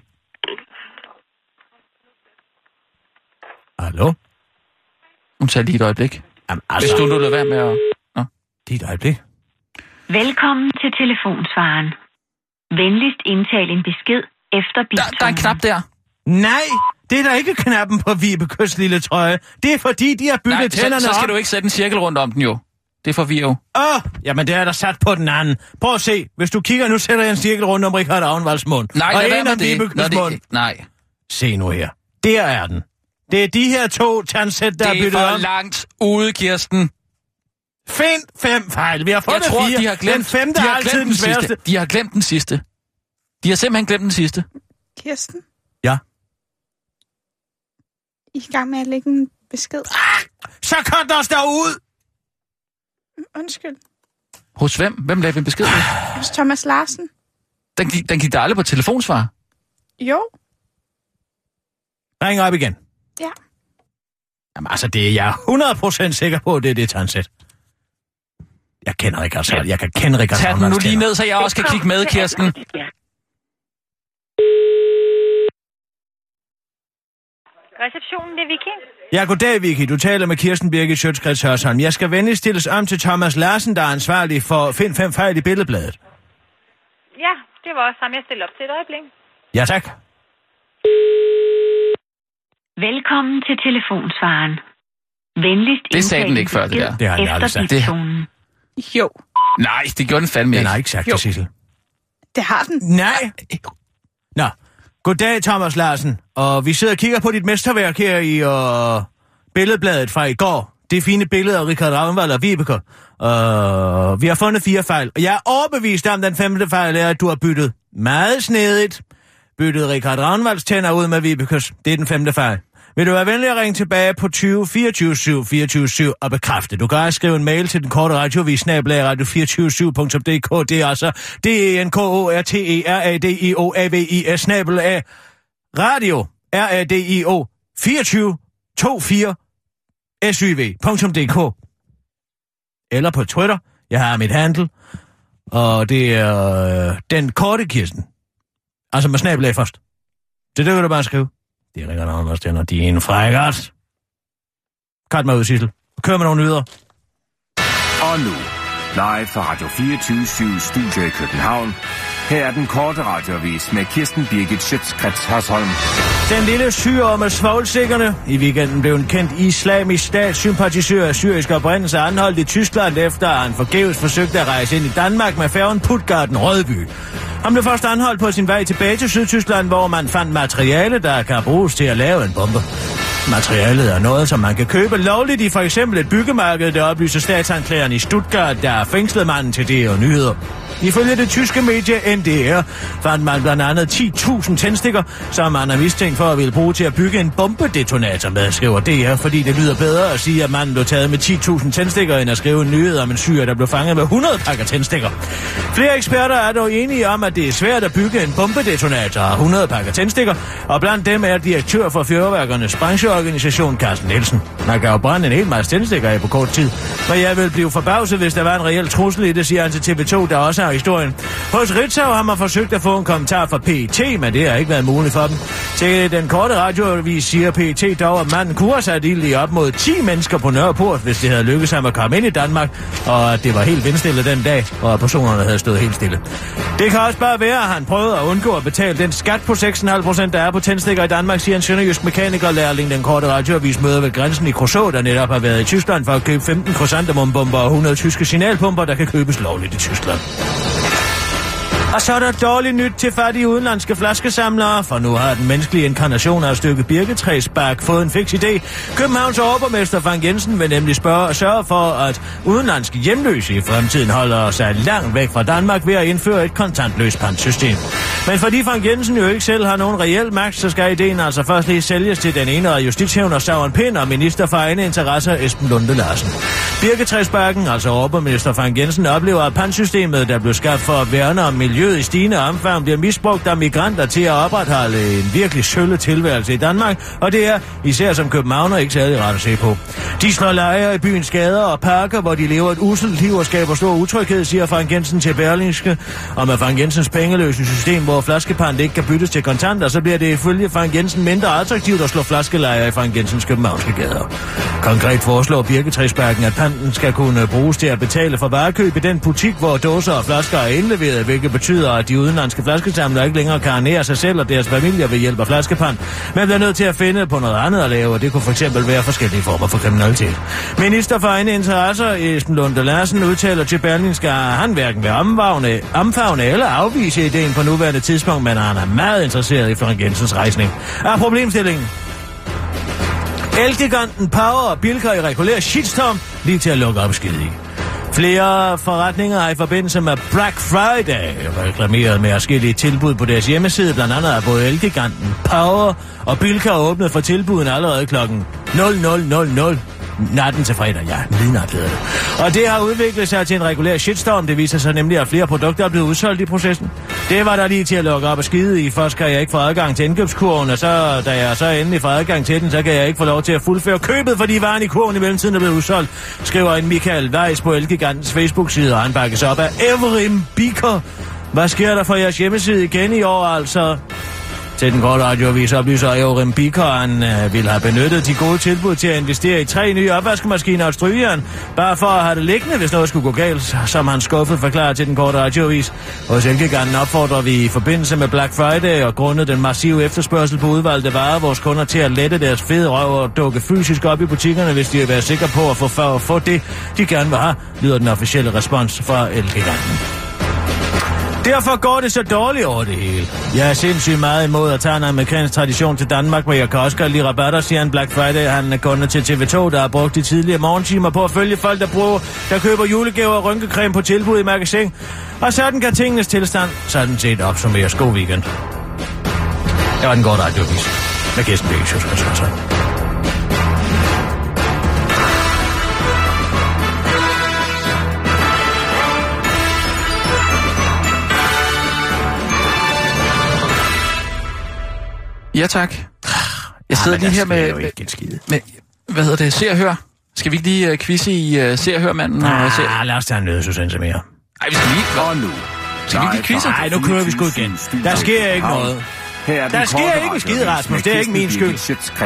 Hallo? Hun tager lige et øjeblik. Jamen, Hvis altså, du nu lader være med at... Nå. lige et øjeblik. Velkommen til telefonsvaren. Venligst indtal en besked efter Der, biptonen. der er en knap der. Nej, det er da ikke knappen på Vibekes lille trøje. Det er fordi, de har byttet Nej, tænderne så, så skal op. du ikke sætte en cirkel rundt om den jo. Det får vi jo. Åh, oh, jamen det er der sat på den anden. Prøv at se. Hvis du kigger, nu sætter jeg en cirkel rundt om Richard Ravnvalds mund. Nej, og lad være en med om det. Vibekes Nå, mund. det. Nej, Se nu her. Der er den. Det er de her to tandsæt, der er det er byttet for om. langt ude, Kirsten. Find fem fejl. Vi har fundet Jeg tror, fire. de har glemt, den femte de er har altid glemt den den sværeste. sidste. De har glemt den sidste. De har simpelthen glemt den sidste. Kirsten, Ja. I er i gang med at lægge en besked. Så kom os derud. Undskyld. Hos hvem? Hvem lavede vi en besked hos? Hos Thomas Larsen. Den, gik- den gik der aldrig på telefonsvar. Jo. Ring op igen. Ja. Jamen altså, det er jeg hundrede procent sikker på, det er det tandsæt. Jeg kender Richard Ravnvald. Jeg kan kende Richard Tag den nu Ravnvalds lige tænder. ned, så jeg også kan kigge med, Kirsten. Ja. Receptionen, det er Vicky. Ja, goddag, Vicky. Du taler med Kirsten Birgit Sjøtskreds Hørsholm. Jeg skal venligst stilles om til Thomas Larsen, der er ansvarlig for Find fem fejl i Billedbladet. Ja, det var også ham, jeg stillede op til et øjeblik. Ja, tak. Velkommen til telefonsvaren. Venligst Det sagde indtal den en ikke før, det besked der. Det har den efter aldrig sagt. biptonen. Jo. Nej, det gjorde den fandme Den ikke. har ikke sagt Jo. det, Sissel. Det har den. Nej. Nå, Goddag, Thomas Larsen. Og vi sidder og kigger på dit mesterværk her i uh, billedbladet fra i går. Det fine billede af Richard Ragnvald og Vibeke. Uh, vi har fundet fire fejl, og jeg er overbevist om, den femte fejl er, at du har byttet meget snedigt. Byttet Richard Ragnvalds tænder ud med Vibekes. Det er den femte fejl. Vil du være venlig at ringe tilbage på tyve fireogtyve syv fireogtyve syv og bekræfte? Du kan også skrive en mail til den korte radiovis snabel-a radio to fire syv punktum d k. Det er altså D E N K O R T E R A D I O A V I S snabel-a radio R A D I O fireogtyve toogtyve S Y V punktum d k. Eller på Twitter. Jeg har mit handle, og det er øh, den korte Kirsten. Altså med snabel-a først. Det er det, du bare skrive. Det er Richard Ragnvalds tænder, de er en frækkert. Kat mig ud, Sissel. Kør med nogle nyheder. Og nu, live fra Radio fireogtyve syv Studio i København. Her er den korte radioavis med Kirsten Birgit Schøtz-Krets Hørsholm. Den lille syrer med svovlstikkerne. I weekenden blev en kendt islamisk statssympatisør af syrisk oprindelse anholdt i Tyskland, efter at han forgæves forsøgte at rejse ind i Danmark med færgen Puttgarden Rødby. Han blev først anholdt på sin vej tilbage til Sydtyskland, hvor man fandt materiale, der kan bruges til at lave en bombe. Materialet er noget, som man kan købe lovligt i for eksempel et byggemarked, der oplyser statsanklageren i Stuttgart, der er fængslet manden til det og nyheder. Ifølge det tyske medie N D R fandt man blandt andet ti tusind tændstikker, som man er mistænkt for at ville bruge til at bygge en bombedetonator med, skriver D R, fordi det lyder bedre at sige, at manden blev taget med ti tusind tændstikker, end at skrive en nyhed om en syrer, der blev fanget med hundrede pakker tændstikker. Flere eksperter er dog enige om, at det er svært at bygge en bombedetonator af hundrede pakker tændstikker, og blandt dem er direktør for fyrværkernes brancheorganisation Carsten Nielsen. Man kan jo brænde en hel masse tændstikker af på kort tid, men jeg vil blive forbavset, hvis der var en reel trussel i det, siger han til T V to, der også har historien. Hos Ritzau har man forsøgt at få en kommentar fra P E T, men det har ikke været muligt for dem. Til den korte radioavis siger P E T dog, at manden kunne have sat ild i op mod ti mennesker på Nørreport, hvis det havde lykkes ham at komme ind i Danmark, og at det var helt vindstille den dag, og at personerne havde stået helt stille. Det kan også bare være, at han prøvede at undgå at betale den skat på seks komma fem procent, der er på tændstikker i Danmark, siger en sønderjysk mekanikerlærling. Den korte radioavis møder ved grænsen i Kruså, der netop har været i Tyskland for at købe femten krysantemumbomber og hundrede tyske signalpumper, der kan købes lovligt i Tyskland. Og så er der dårligt nyt til fattige udenlandske flaskesamlere, for nu har den menneskelige inkarnation af et stykke birketræsbark fået en fiks idé. Københavns overborgmester Frank Jensen vil nemlig spørge og sørge for, at udenlandske hjemløse i fremtiden holder sig langt væk fra Danmark ved at indføre et kontantløst pantsystem. Men fordi Frank Jensen jo ikke selv har nogen reel magt, så skal ideen altså først lige sælges til den ene af justitshævner Søren Pind og minister for egne interesser Esben Lunde Larsen. Birketræsbarken, altså overborgmester Frank Jensen, oplever, at pantsystemet, der blev skabt for at værne om miljøet, i stigende omfang bliver misbrugt af migranter til at opretholde en virkelig sølle tilværelse i Danmark, og det er især som københavner ikke særlig ret at se på. De slår lejre i byens gader og parker, hvor de lever et uselt liv og skaber stor utryghed, siger Frank Jensen til Berlingske. Og med Frank Jensens pengeløse system, hvor flaskepant ikke kan byttes til kontanter, så bliver det ifølge Frank Jensen mindre attraktivt at slå flaskelejre i Frank Jensens københavnske gader. Konkret foreslår Birketræsbarken, at panten skal kunne bruges til at betale for varekøb i den butik, hvor dåser og flasker er indleveret, hvilket betyder, at de udenlandske flaskesamlere ikke længere kan ernære sig selv og deres familier ved hjælp af flaskepand, men bliver nødt til at finde på noget andet at lave, og det kunne fx være forskellige former for kriminalitet. Minister for egne interesser, Esben Lunde Larsen, udtaler til Berlingske, at han hverken vil omfavne, omfavne eller afvise ideen på nuværende tidspunkt, men han er meget interesseret i Frank Jensens rejsning. Er problemstillingen? Elgiganten Power og Bilka i regulær shitstorm lige til at lukke op skid i. Flere forretninger har i forbindelse med Black Friday reklameret med forskellige tilbud på deres hjemmeside. Blandt andet er både Elgiganten, Power og Bilka åbnet for tilbudene allerede klokken nul nul nul nul natten til fredag. Ja, midnat hedder det. Og det har udviklet sig til en regulær shitstorm. Det viser sig nemlig, at flere produkter er blevet udsolgt i processen. Det var der lige til at lukke op og skide i. Først kan jeg ikke få adgang til indkøbskurven, og så, da jeg så endelig får adgang til den, så kan jeg ikke få lov til at fuldføre købet, fordi varen i kurven i mellemtiden er blevet udsolgt, skriver en Michael Weiss på Elgigantens Facebook-side, og han bakkes op af Evrim Biker. Hvad sker der for jeres hjemmeside igen i år, altså? Til den korte radioavis oplyser Evrim Biker, han øh, ville have benyttet de gode tilbud til at investere i tre nye opvaskemaskiner og strygejern, bare for at have det liggende, hvis noget skulle gå galt, som han skuffet forklarer til den korte radioavis. Hos Elgiganten opfordrer vi i forbindelse med Black Friday og grundet den massive efterspørgsel på udvalgte varer vores kunder til at lette deres fede røv og dukke fysisk op i butikkerne, hvis de vil være sikre på at få, for at få det, de gerne vil have, lyder den officielle respons fra Elgiganten. Derfor går det så dårligt over det hele. Jeg er sindssygt meget imod at tage en amerikansk tradition til Danmark, men jeg kan også godt lide rabatter, siger han Black Friday. Han er kunde til T V to, der har brugt de tidligere morgentimer på at følge folk, der, bruger, der køber julegaver og rynkecreme på tilbud i magasin. Og sådan kan tingenes tilstand sådan set opsummeres. God weekend. Det var den gode radiovis med Kirsten Birgit Schøtz-Krets. Ja, tak. Jeg sidder lige her med, med, med, hvad hedder det, Se og Hør. Skal vi ikke lige uh, quizze i uh, Se og Hør-manden? Ah, se... lad os tage en nødsudsendelse mere. Ej, vi skal lige... Og nu. Skal vi ikke lige quizze? Nej, nu kører vi sgu igen. Der sker ikke noget. Der sker ikke en skid, Rasmus. Det er ikke min skyld.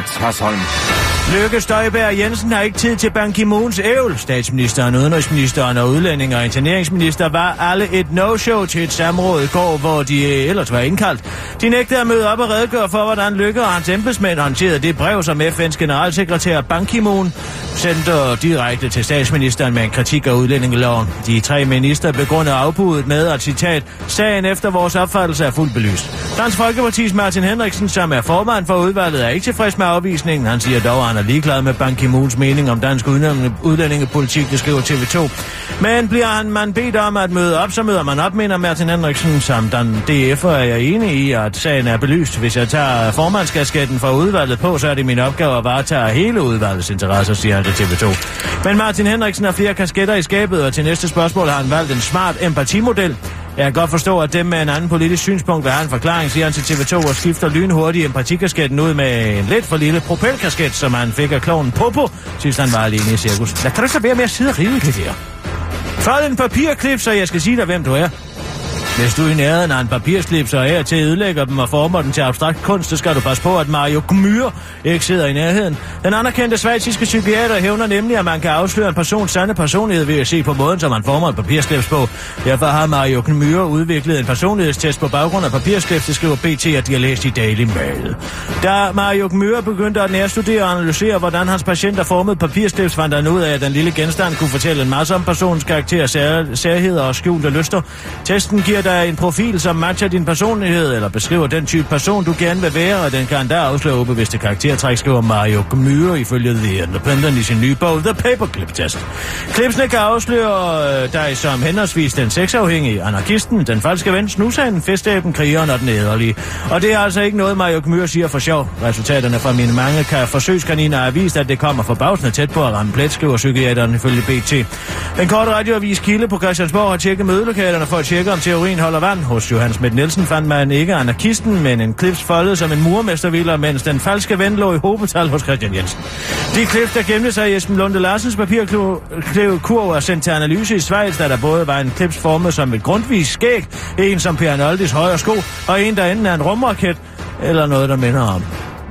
Løkke Støjberg Jensen har ikke tid til Ban Ki-moons ævl. Statsministeren, udenrigsministeren og udlænding- og interneringsminister var alle et no-show til et samråd i går, hvor de ellers var indkaldt. De nægtede at møde op og redegøre for, hvordan Løkke og hans embedsmænd håndterede det brev, som F N's generalsekretær Ban Ki-moon sendte direkte til statsministeren med en kritik af udlændingeloven. De tre minister begrundede afbuddet med, at citat, sagen efter vores opfattelse er fuldt belyst. Dansk Folkepartis Martin Henriksen, som er formand for udvalget, er ikke tilfreds med afvisningen. Han siger dog, at han er ligeglad med Ban Ki-moons mening om dansk udlændingepolitik, det skriver T V to. Men bliver han man bedt om at møde op, så møder man op, mener Martin Henriksen. Som den D F'er er jeg enig i, at sagen er belyst. Hvis jeg tager formandskasketten for udvalget på, så er det min opgave at varetage hele udvalgets interesser, siger han til T V to. Men Martin Henriksen har flere kasketter i skabet, og til næste spørgsmål har han valgt en smart empatimodel. Jeg kan godt forstå, at dem med en anden politisk synspunkt vil have en forklaring, siger han til T V to, og skifter lynhurtigt empatikasketten ud med en lidt for lille propelkasket, som han fik af klovnen Popo, sidst han var alene i cirkus. Lad kan du så være med at sidde og rive det der? Fold en papirklip, så jeg skal sige dig, hvem du er. Hvis du er i nærheden af en papirslip, så er til at ødelægge dem og former den til abstrakt kunst, så skal du passe på, at Mario Gmyr ikke sidder i nærheden. Den anerkendte schweiziske psykiater hævner nemlig, at man kan afsløre en persons sande personlighed ved at se på måden, som man former en papirslips på. Derfor har Mario Gmyr udviklet en personlighedstest på baggrund af papirslips, det skriver B T, at de har læst i Daily Mail. Da Mario Gmyr begyndte at nærstudere og analysere, hvordan hans patienter formede papirslips, fandt han ud af, at den lille genstand kunne fortælle en masse om personens karakter, sær- særheder og skjulte lyster. Testen giver dig en profil, som matcher din personlighed, eller beskriver den type person, du gerne vil være, og den kan der afsløre ubevidste karaktertræk, skriver Mario Gmyr ifølge The Independent i sin nye bog The Paperclip Test. Klipsene kan afsløre dig som henholdsvis den sexafhængige, anarkisten, den falske ven, snusanden, festaben, krigeren og den æderlige. Og det er altså ikke noget, Mario Gmyr siger for sjov. Resultaterne fra mine mange forsøgskaniner har vist, at det kommer forbavsende tæt på at ramme plet, skriver psykiateren ifølge B T. Den korte radioavis Kilde på Christiansborg har tjekket mødelokalerne for at tjekke, om teorien holder vand. Hos Johan Schmidt Nielsen fandt man ikke anarkisten, men en klips foldet som en murmesterviller, mens den falske ven lå i hobetal hos Christian Jensen. De klip, der gemte sig i Esben Lunde Larsens papirkurv, er sendt til analyse i Schweiz, da der både var en klips formet som et grundvis skæg, en som Per Arnoldis højre sko, og en, der enten er en rumraket, eller noget, der minder om.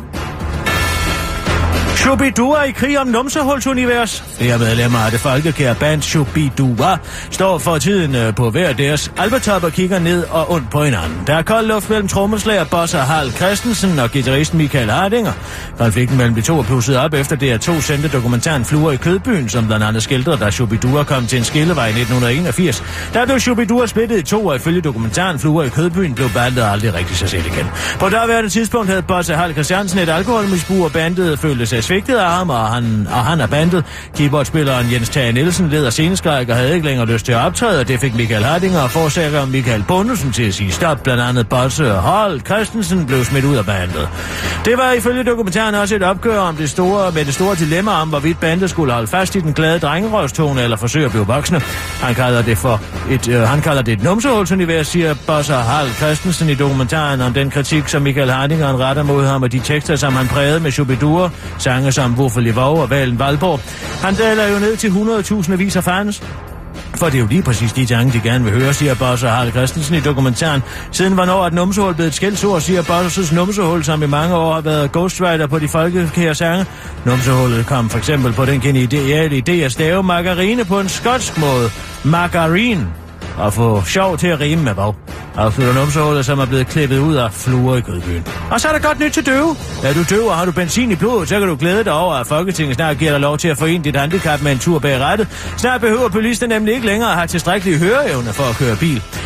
Shubidua i krig om numsehulsunivers. Flere medlemmer af det folkekære band Shubidua står for tiden på hver deres albertop og kigger ned og ondt på hinanden. Der er kold luft mellem trommeslager Bosse Hall Christensen og guitaristen Michael Hardinger. Konflikten mellem de to er plusset op efter D R to sendte dokumentaren Fluer i Kødbyen, som blandt andet skildrer, da Shubidua kom til en skillevej i nitten enogfirs. Der blev Shubidua splittet i to, og ifølge dokumentaren Fluer i Kødbyen blev bandet aldrig rigtig sig selv igen. På daværende tidspunkt havde Bosse Hall Christiansen et alkoholmisbrug, og bandet følte sig svigtet af ham, og han, og han er bandet. Keyboardspilleren Jens Tage Nielsen led af sceneskræk og havde ikke længere lyst til at optræde, og det fik Michael Hardinger og forsager Michael Bundesen til at sige stop. Blandt andet Bosse Hall Christensen blev smidt ud af bandet. Det var ifølge dokumentaren også et opgør om det store, med det store dilemma om, hvorvidt bandet skulle holde fast i den glade drengerøvstone eller forsøge at blive voksne. Han kalder det for et, øh, han kalder det et numsehulsunivers, siger Bosse Hall Christensen i dokumentaren om den kritik, som Michael Hardinger retter mod ham, og de tekster, som han prægede med Shubidua, sange som Hvorfor Livov og Valen Valborg. Han daler jo ned til hundrede tusind vis af fans. For det er jo lige præcis de tanker, de gerne vil høre, siger Bosse Hall Christensen i dokumentaren. Siden hvornår er et numsehul blevet et skældsord, siger Bosses numsehul, som i mange år har været ghostwriter på de folkekære sange. Numsehullet kom for eksempel på den geniale idé at stave margarine på en skotsk måde. Margarine. Og få sjov til at rime med bag. Afslutter numsehullet, som er blevet klippet ud af Fluer i Kødbyen. Og så er der godt nyt til døve. Er du døv og har du benzin i blodet, så kan du glæde dig over, at Folketinget snart giver dig lov til at forene dit handicap med en tur bag rattet. Snart behøver bilisterne nemlig ikke længere at have tilstrækkelige høreevner for at køre bil.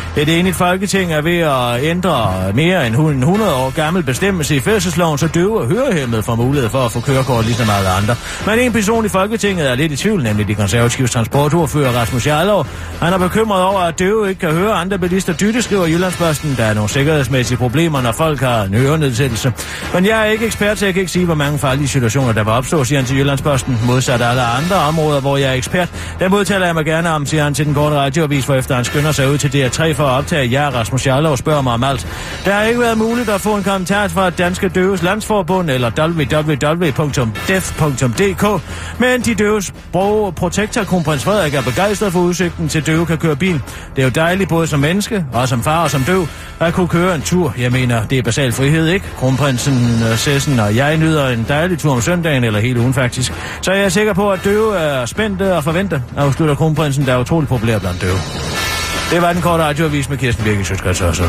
Et enigt Folketing er ved at ændre mere end hundrede år gammel bestemmelse i færdselsloven, så døve og hørehæmmede får mulighed for at få kørekort ligesom alle andre. Men en person i Folketinget er lidt i tvivl, nemlig de konservative transportordfører Rasmus Jarlov. Han er bekymret over, at døve ikke kan høre andre bilister dytte, skriver Jyllandsposten. Der er nogle sikkerhedsmæssige problemer, når folk har en hørenedsættelse. Men jeg er ikke ekspert, så jeg kan ikke sige, hvor mange farlige situationer der var opstå, siger han til Jyllandsposten. Modsat alle andre områder, hvor jeg er ekspert, der modtaler jeg mig gerne om, siger han til den korte radioavis, hvor efter han skynder sig ud til D R tre for at optage. Ja, Rasmus Jarlov spørger mig om alt. Der har ikke været muligt at få en kommentar fra Danske Døves Landsforbund eller w w w punktum d e f punktum d k, men de døves protektor, kronprins Frederik, er begejstret for udsigten til døve kan køre bil. Det er jo dejligt både som menneske og som far og som døv at kunne køre en tur. Jeg mener, det er basal frihed, ikke? Kronprinsen, Sessen og jeg nyder en dejlig tur om søndagen, eller hele ugen faktisk. Så jeg er sikker på, at døve er spændte og forventer, afslutter kronprinsen, der er utroligt populær blandt døve. Det var den korte radioavis med Kirsten Birgit Sjøtskrets også.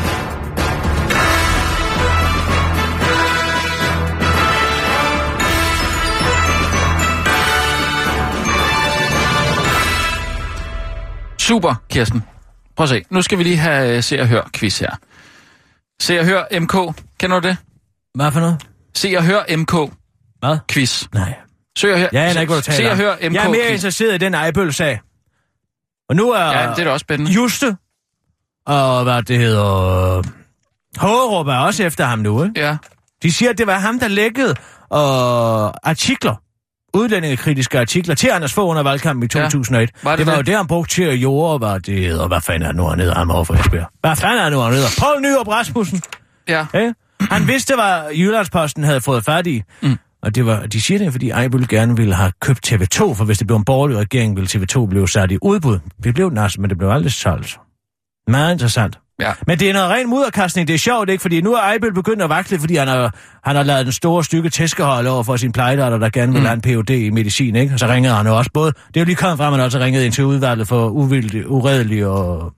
Super, Kirsten. Prøv at se. Nu skal vi lige have uh, Se og Hør quiz her. Se og Hør M K. Kender du det? Hvad for noget? Se og Hør M K. Hvad? Quiz. Nej. Se og Hør. Jeg er ikke, hvad du taler. Se og Hør M K. Jeg er mere interesseret i den Ejbøl-sag. Og nu er... Ja, det er da også spændende. Juste. Og hvad det hedder... Hågerup er også efter ham nu, ikke? Ja. De siger, at det var ham, der lækkede øh, artikler. Udlændingekritiske artikler til Anders Fogh under valgkampen i to tusind og et. Ja, var det, det var det? jo det, han brugte til at jorde, hvad det hedder. Hvad fanden er nu, han hedder ham over for Esbjerg? Hvad fanden er nu, han hedder? Poul Nyrup Rasmussen. Ja. Okay? Han vidste, hvad Jyllandsposten havde fået fat i. Mm. Og det var, de siger det, fordi Ejbøl gerne ville have købt T V to, for hvis det blev en borgerlig regering, ville T V to blive sat i udbud. Det blev den altså, men det blev aldrig solgt. Meget interessant. Ja. Men det er noget ren mudderkastning, det er sjovt, ikke? Fordi nu er Ejbøl begyndt at vakle, fordi han har, han har lavet den store stykke tæskehold over for sin plejedatter, der gerne vil have en P H D i medicin, ikke? Og så ringede han jo også både... Det er jo lige kommet frem, at han også ringede ind til udvalget for uvildig, uredelig og...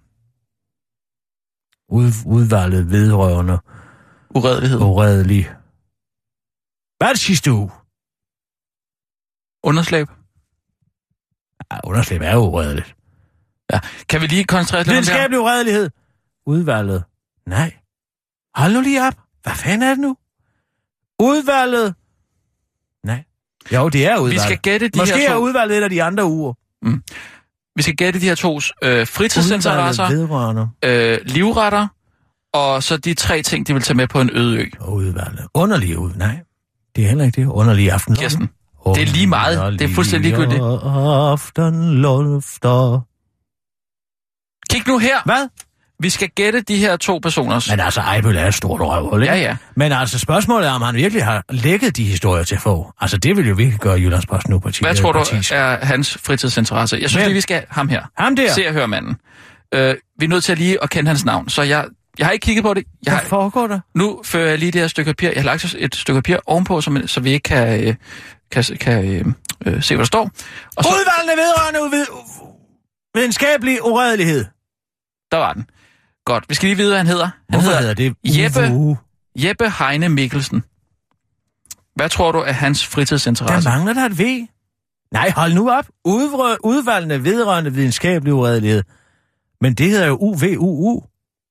Ud, udvalget vedrørende... Uredelighed. Uredelig. Hvad er det sidste uge? Underslæb. Ja, underslæb er jo uredeligt. Ja. Kan vi lige koncentrere os lidt om det her? Videnskabelig uredelighed. Udvalget. Nej. Hold nu lige op. Hvad fanden er det nu? Udvalget. Nej. Jo, det er udvalget. Vi skal gætte de Måske her to... er udvalget et af de andre uger. Mm. Vi skal gætte de her to øh, fritidsinteresser, øh, livretter, og så de tre ting, de vil tage med på en øde ø. Udvalget. Underlige ud. Nej. Det er heller ikke det. Underlige aften. Kirsten. Det er lige meget. Det er fuldstændig ligegyldigt. Aftenlufter. Kig nu her. Hvad? Vi skal gætte de her to personers... Men altså, Ejbøl er et stort røvhul, ikke? Ja, ja. Men altså, spørgsmålet er, om han virkelig har lækket de historier til få. Altså, det vil jo virkelig gøre Jyllandsposten nu parti. Hvad tror du er hans fritidsinteresse? Jeg synes Men... lige, vi skal ham her. Ham der? Se og høre manden. Øh, vi er nødt til at lige at kende hans navn, så jeg... Jeg har ikke kigget på det. Jeg Hvad har... foregår der? Nu fører jeg lige det her stykke papir. Jeg har lagt et stykke papir ovenpå, så, så vi ikke kan, øh, kan, kan øh, øh, se, hvad der står. Og så... Udvalgene vedrørende uvid... videnskabelig uredelighed. Der var den. Godt. Vi skal lige vide, hvad han hedder. Han Hvorfor hedder, hedder det? Jeppe, Jeppe Heine Mikkelsen. Hvad tror du er hans fritidsinteresse? Der mangler der et V. Nej, hold nu op. Udvrø... Udvalgene vedrørende videnskabelig uredelighed. Men det hedder jo U V U U.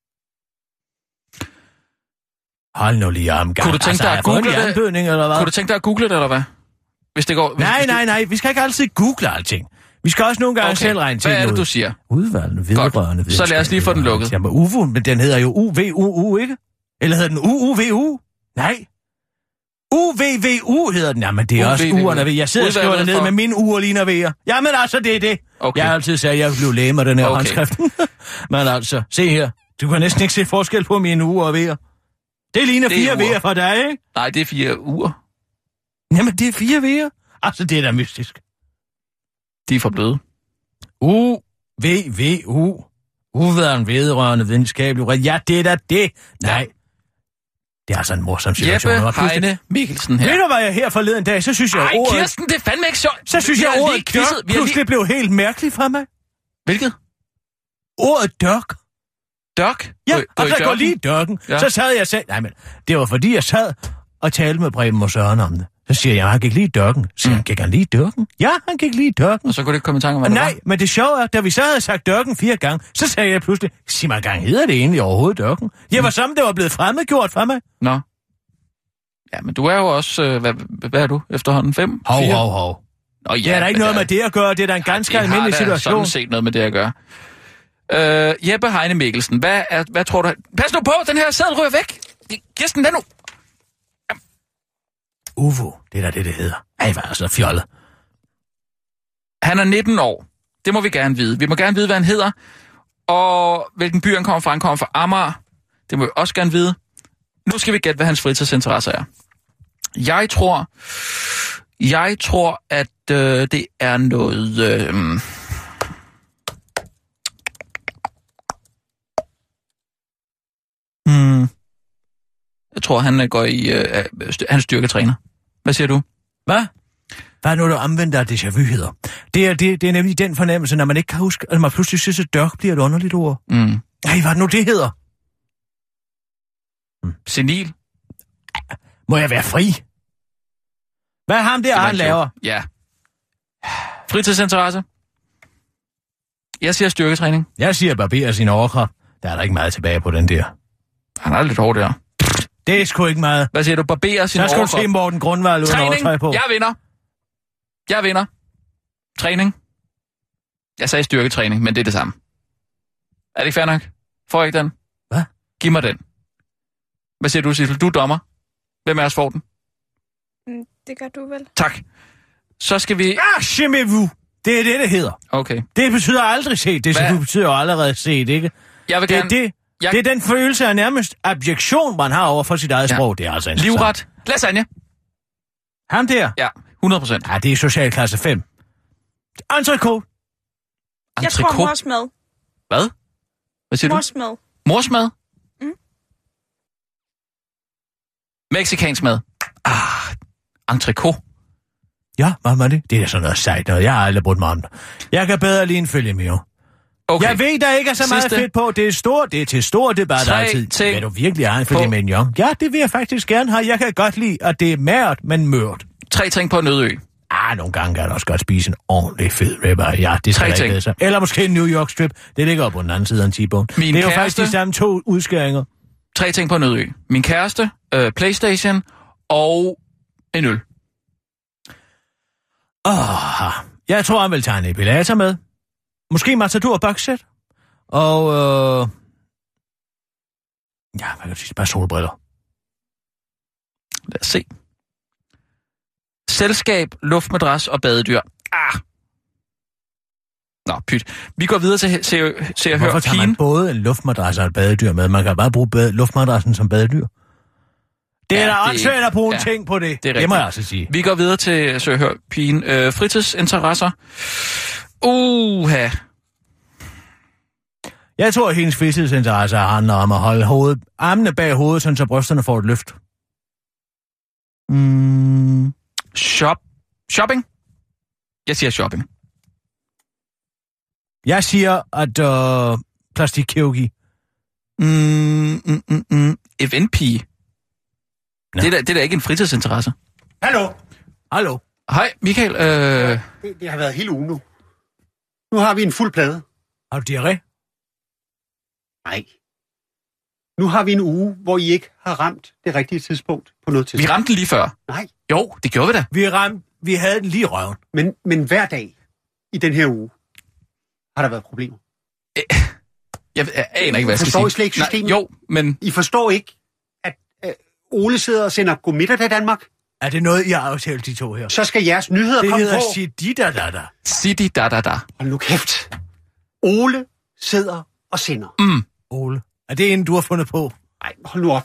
Hold nu lige om gang. Kunne du tænke altså, dig at google det? Eller hvad? Kunne du tænke dig at google det, eller hvad? Hvis det går... Hvis, nej, hvis nej, nej. Vi skal ikke altid google alting. Vi skal også nogle gange okay. selv regne til Hvad er det, noget. du siger? Udvalgende vedrørende. Så lad os lige få den lukket. Jamen, U V U, men den hedder jo U V U U, ikke? Eller hedder den U U V U? Nej. U V V U hedder den. Jamen, det er også u'erne ved. Jeg sidder og skriver dernede for... med mine u'er ligner V'er. Jamen, altså, det er det. Okay. Jeg har altid sagt, at jeg blev læge med den her okay. håndskrift. Men altså, se her. Du kan næsten ikke se forskel på mine u'er og V'er. Det ligner det fire V'er for dig, ikke? Nej, det er fire uger. Jamen, det er fire V'er. Altså, det er da mystisk. De er for bløde. U V V U. Uværende vedrørende videnskabelig. Ja, det er da det. Nej. Det er altså en morsom situation. Jeppe Heine Mikkelsen her. Ved du, hvad jeg her forleden dag, så synes jeg, Ej, ordet... Kirsten, det er fandme ikke sjovt. Så synes vi jeg, ordet dørk pludselig lige... blev helt mærkeligt for mig. Hvilket? Ordet dørk. Dørk? Ja, gå, og gå så går lige i dørken. Ja. Så sad jeg selv... Nej, men det var fordi, jeg sad og talte med Preben og Søren om det. Så siger jeg, han gik lige i dørken. Så siger mm. han, gik han lige i dørken? Ja, han gik lige i dørken. Og så kunne det ikke komme i tanke om, hvad det Nej, var? men det sjove er, da vi så havde sagt dørken fire gange, så sagde jeg pludselig, sig mig gang, hedder det egentlig overhovedet dørken? Jeg var mm. som det var blevet fremmedgjort for mig. Nå. Ja, men du er jo også, øh, hvad, hvad er du efterhånden? Fem? Hov, fire? hov, hov. Nå, Ja, det er der ikke noget med det at gøre, det er da en ganske ja, almindelig situation. Det har sådan set noget med det at gøre. Øh, Jeppe Heine Mikkelsen, hvad, er, hvad tror du? Pas nu på, den her sædel ryger væk. Kirsten, den nu. Uvo, det er da det, det hedder. Ej, hvad er så fjollet. Han er nitten år. Det må vi gerne vide. Vi må gerne vide, hvad han hedder. Og hvilken by han kommer fra. Han kommer fra Amager. Det må vi også gerne vide. Nu skal vi gætte, hvad hans fritidsinteresser er. Jeg tror... Jeg tror, at øh, det er noget... Øh, hmm, jeg tror, han går i... Øh, han er styrketræner. Hvad siger du? Hvad? Hvad er nu, der omvendt af déjà vu hedder? Det er, det, det er nemlig den fornemmelse, når man ikke kan huske, at man pludselig synes, at dørk bliver et underligt ord. Mm. Nej, hvad er det nu, det hedder? Mm. Senil. Må jeg være fri? Hvad er ham der, han laver? Ja. Fritidsinteresse. Jeg siger styrketræning. Jeg siger barbere sin overkrop. Der er der ikke meget tilbage på den der. Han er lidt hård der. Det er sgu ikke meget. Hvad siger du? Barbere sin overkrop? Så skal du se Morten Grundvald uden overtræk på. Jeg vinder. Jeg vinder. Træning. Jeg sagde styrketræning, men det er det samme. Er det ikke fair nok? Får jeg ikke den? Hvad? Giv mig den. Hvad siger du, Sissel? Du er dommer. Hvem er os får den? Mm, det gør du vel. Tak. Så skal vi... Ah, chimez-vous. Det er det, det hedder. Okay. Det betyder aldrig set. Det Hvad? betyder jo allerede set, ikke? Jeg vil det, gerne... det, jeg... det er den følelse af nærmest abjektion, man har over for sit eget ja. sprog. Det er altså interessant. Livret. Lasagne. Ham der? Ja, hundrede procent. Ja, det er socialklasse fem. Entrecôte. Jeg tror morsmad. Hvad? Hvad siger morsmad. du? Morsmad. Mm. Mexikansk mad. Ah, entrecôte. Ja, hvad var det? Det er sådan noget sejt noget. Jeg har aldrig brugt mig om det. Jeg kan bedre lige en følge med. Okay. Jeg ved, der ikke er så Sidste. meget fedt på. Det er stort. Det er til stor debat altid. Til vil du virkelig have en følge med en jong? Ja, det vil jeg faktisk gerne have. Jeg kan godt lide, at det er mært, men mørt. Tre ting på en nødø. Ah, nogle gange kan jeg også godt spise en ordentlig fed ribeye. Ja, det skal Tre ikke sig. Eller måske en New York strip. Det ligger på den anden side af en T-bone. Det er kæreste, jo faktisk de samme to udskæringer. Tre ting på en nødø. Min kæreste, øh, PlayStation og en øl. Åh, oh, jeg tror, han vil tage en epilator med. Måske Matador Boxset. Og, øh... ja, hvad kan du sige? Bare solbriller. Lad os se. Selskab, luftmadras og badedyr. Ah! Nå, pyt. Vi går videre til se og hør pigen. Hvorfor tager man både en luftmadras og et badedyr med? Man kan bare bruge bade, luftmadrassen som badedyr. Det er ja, da også svært at bruge ja, en ting på det. Det, det må jeg altså sige. Vi går videre til se og hør pigen. Øh, fritidsinteresser. Uha. Jeg tror, at hendes fritidsinteresser handler om at holde hovedet, armene bag hovedet, sådan så brysterne får et løft. Mm. Shop. Shopping? Jeg siger shopping. Jeg siger, at øh, plastikkirurgi. Mm, mm, mm, mm. Eventpige. Det er, da, det er da ikke en fritidsinteresse. Hallo? Hallo? Hej, Michael. Øh... Det, det har været hele ugen nu. Nu har vi en fuld plade. Har du diarré? Nej. Nu har vi en uge, hvor I ikke har ramt det rigtige tidspunkt på noget tidspunkt. Vi ramte den lige før. Nej. Jo, det gjorde vi da. Vi ramte, vi havde den lige i røven. Men, men hver dag i den her uge har der været problemer. Jeg, jeg, jeg aner ikke, hvad jeg skal sige. Forstår I slet ikke systemet? Nej, jo, men... I forstår ikke, at øh, Ole sidder og sender godmiddag til Danmark? Er det noget, I har aftalt, de to her? Så skal jeres nyheder det komme på. Det hedder Sidi-da-da-da. Sidi-da-da-da. Hold nu kæft. Ole sidder og sender. Mm. Ole. Er det en, du har fundet på? Nej, hold nu op.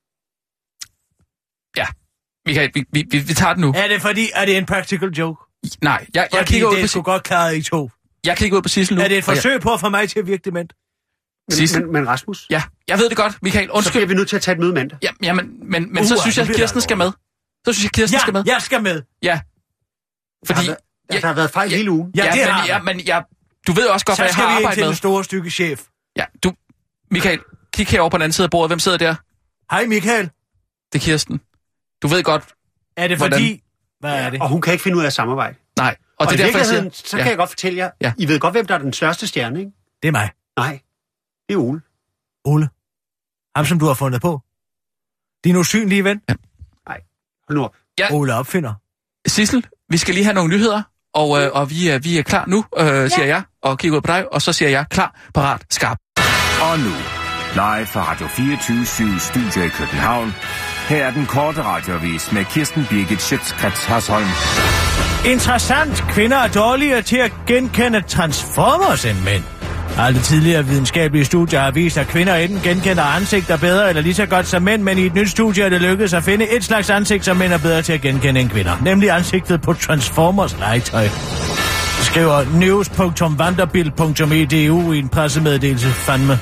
Ja, Michael, vi, vi, vi, vi tager den nu. Er det fordi, er det en practical joke? Nej, jeg, jeg fordi kigger ud på... det er godt klaret i to. Jeg kigger ud på Sissel nu. Er det et forsøg jeg... på at få mig til at virke dement? Men, men, men Rasmus? Ja, jeg ved det godt, Michael. Undskyld. Så bliver vi nødt til at tage et møde mandag. Ja, ja men, men, men uh, så synes jeg, at Kirsten skal med. Så synes jeg, Kirsten ja, skal med. jeg skal med. Ja. Fordi... Der har, været, ja, der har været fejl ja, hele ugen. Ja, ja, det men, har ja, men jeg... Du ved også godt, så hvad jeg har arbejdet med. Så skal vi ind til den store stykke chef. Ja, du... Michael, kig herovre på den anden side af bordet. Hvem sidder der? Hej, Michael. Det er Kirsten. Du ved godt, Er det fordi... Hvad er det? Og hun kan ikke finde ud af at samarbejde. Nej. Og, og det i er derfor, virkeligheden, jeg siger, så kan ja. jeg godt fortælle jer, ja. I ved godt, hvem der er den største stjerne, ikke? Det er mig. Nej, det er Ole. Ole? Ham, som du har fundet på? Din usynlige ven? Ja. Nej, hold nu op. Ja. Ole opfinder. Sissel, vi skal lige have nogle nyheder, og, øh, og vi, er, vi er klar nu, øh, siger ja. jeg, og kigger ud på dig, og så siger jeg klar, parat, skarp. Og nu, live fra Radio fireogtyve syv Studio i København. Her er den korte radioavis med Kirsten Birgit Schøtz-Krets Hasholm. Interessant. Kvinder er dårligere til at genkende transformers end mænd. Alle tidligere videnskabelige studier har vist, at kvinder enten genkender ansigter bedre eller lige så godt som mænd, men i et nyt studie er det lykkedes at finde et slags ansigt, som mænd er bedre til at genkende end kvinder. Nemlig ansigtet på Transformers legetøj. Skriver news punktum vanderbilt punktum e d u i en pressemeddelelse. Fandme.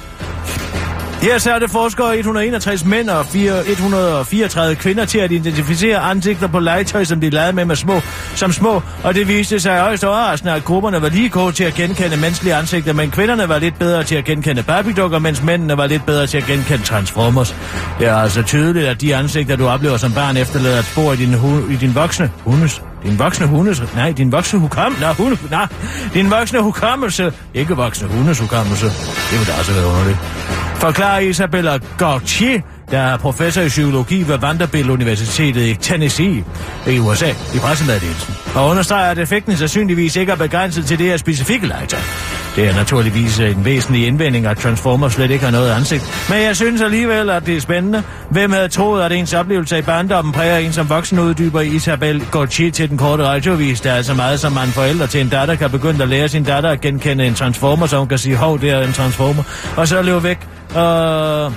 Her ser det forskere et hundrede og enogtres mænd og et hundrede og fireogtredive kvinder til at identificere ansigter på legetøj, som de lavede med, med små, som små, og det viste sig højst overraskende, at grupperne var lige gode til at genkende menneskelige ansigter, men kvinderne var lidt bedre til at genkende Barbie-dukker, mens mændene var lidt bedre til at genkende Transformers. Det er altså tydeligt, at de ansigter, du oplever som barn, efterlader et spor i din, hu- i din voksne hundes. Din voksne hundes... Nej, din voksne hukommelse... Nej, hunde, nej, din voksne hukommelse... Ikke voksne hundes hukommelse. Det vil da også være underligt. Forklarer Isabella Gauthier, der er professor i psykologi ved Vanderbilt Universitetet i Tennessee i U S A, i pressemeddelelsen. Og understreger, at effekten sandsynligvis ikke er begrænset til det her specifikke legetøj. Det er naturligvis en væsentlig indvending, at Transformers slet ikke har noget ansigt. Men jeg synes alligevel, at det er spændende. Hvem havde troet, at ens oplevelse i barndommen præger en som voksen, uddyber Isabel Gauthier til den korte radiovis. Der er så meget, som man forældre til en datter kan begynde at lære sin datter at genkende en Transformer, så hun kan sige, hov, det er en Transformer. Og så løbe væk. Øh...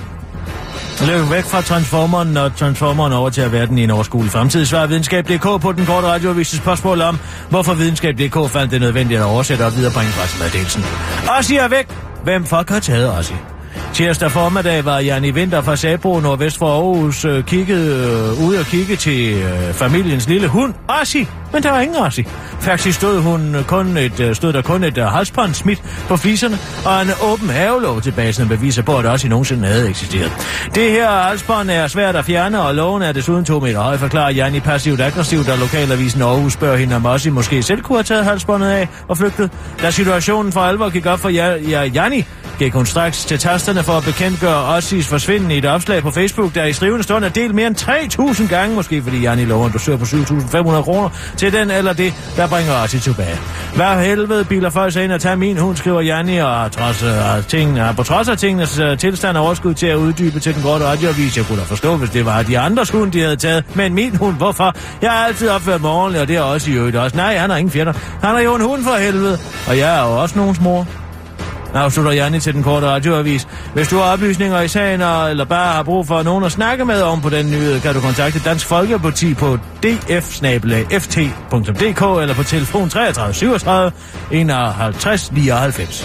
Løb væk fra Transformeren, når Transformeren over til at være den i en overskuelig fremtid. Svarer videnskab punktum d k på den korte radioavise spørgsmål om, hvorfor videnskab punktum d k fandt det nødvendigt at oversætte og viderebringe pressemeddelelsen. Ossi er væk. Hvem fuck har taget Ossi? Tirsdag formiddag var Janni Vinter fra Sabro nordvest for Aarhus øh, kiggede øh, ude og kigge til øh, familiens lille hund, Ossi. Men der var ingen Ossi. Faktisk stod, hun kun et, stod der kun et uh, halsbånd smidt på fliserne, og en åben havelåg tilbage, som beviser på, at Ossi nogensinde havde eksisteret. Det her halsbånd er svært at fjerne, og lågen er desuden to meter høj, forklarer Janni passivt aggressivt, da lokalavisen Aarhus spørger hende, om Ossi måske selv kunne have taget halsbåndet af og flygtet. Da situationen for alvor gik op for ja, ja, Janni, gik hun straks til tasterne for at bekendtgøre Ossis forsvinden i et opslag på Facebook, der i skrivende stund er delt mere end tre tusind gange, måske fordi Janni lover en dosør på syv tusind fem hundrede kroner til den eller det, der bringer Ossi tilbage. Hvad helvede biler folk sig ind og tager min hund, skriver Janni, og trods, uh, ting, uh, på trods af tingenes uh, tilstand er overskud til at uddybe til den korte radioavis. Jeg kunne da forstå, hvis det var de andres hund, de havde taget, men min hund, hvorfor? Jeg har altid opført mig ordentligt, og det er også i øvrigt også. Nej, han har ingen fjender. Han er jo en hund for helvede, og jeg er jo også nogens mor. Afslutter Janni til den korte radioavis. Hvis du har oplysninger i sagen, eller bare har brug for nogen at snakke med om på den nyhed, kan du kontakte Dansk Folkeparti på d f bindestreg f t punktum d k eller på telefon treogtredive syvogtredive enoghalvtreds nioghalvfems.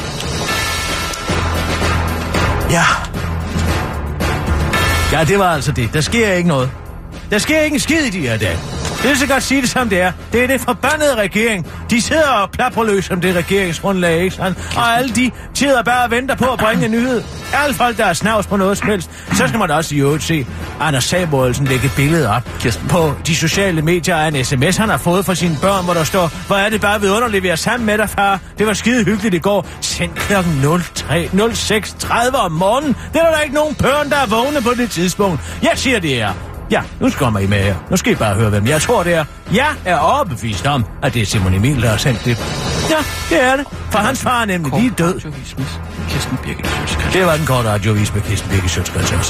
Ja. Ja, det var altså det. Der sker ikke noget. Der sker ikke en skid i de her dage. Det er så godt sige det, som det er. Det er det forbandede regering. De sidder og plapper løs om det regeringsgrundlag, ikke sandt? Og alle de sidder bare og venter på at bringe en nyhed. Alle folk, der er snavs på noget som helst. Så skal man da også i øvrigt se Anders Samuelsen lægge billedet op på de sociale medier af en sms, han har fået fra sine børn, hvor der står, hvor er det bare vidunderligt, vi er sammen med dig, far. Det var skide hyggeligt i går. Send klokken nul seks tredive om morgenen. Det er der ikke nogen børn, der er vågne på det tidspunkt. Jeg siger det her. Ja, nu kommer I med her. Nu skal I bare høre, hvem jeg tror, det er. Jeg er overbevist om, at det er Simon Emil, der har sendt det. Ja, det er det. For hans far er nemlig lige død. Det var den korte radioavis med Kirsten Birgit Schøtz-Krets.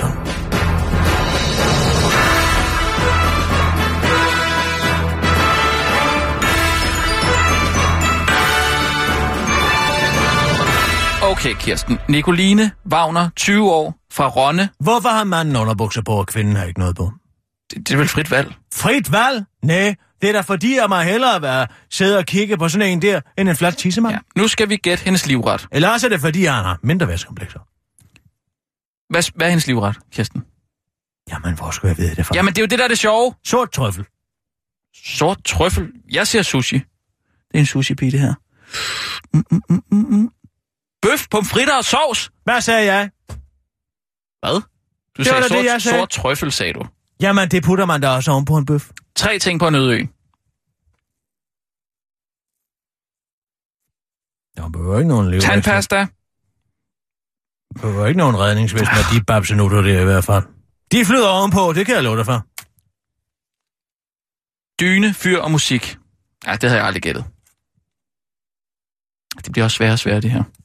Okay, Kirsten. Nicoline Wagner, tyve år, fra Rønne. Hvorfor har manden underbukser på, og kvinden har ikke noget på? Det, det er vel frit valg? Frit valg? Nej, det er da fordi, jeg må hellere være sidde og kigge på sådan en der, end en flat tissemand. Ja, nu skal vi gætte hendes livret. Eller også er det fordi, han har mindre væskomplekser. Hvad, hvad er hendes livret, Kirsten? Jamen, hvor skulle jeg vide det fra? Jamen, det er jo det, der er det sjove. Sort trøffel. Sort trøffel? Jeg siger sushi. Det er en sushi-pige, det her. Mm, mm, mm, mm. Bøf, pomfritter og sovs. Hvad sagde jeg? Hvad? Du det sagde det, sort, det, jeg sagde. sort trøffel, sagde du. Jamen, det putter man da også oven på en bøf. Tre ting på en øde ø. Der behøver ikke nogen lever. Tandpasta. Der behøver ikke nogen redningsvest med de babsenutter der i hvert fald. De flyder ovenpå, det kan jeg love dig for. Dyne, fyr og musik. Ja, det havde jeg aldrig gættet. Det bliver også sværere og sværere, det her.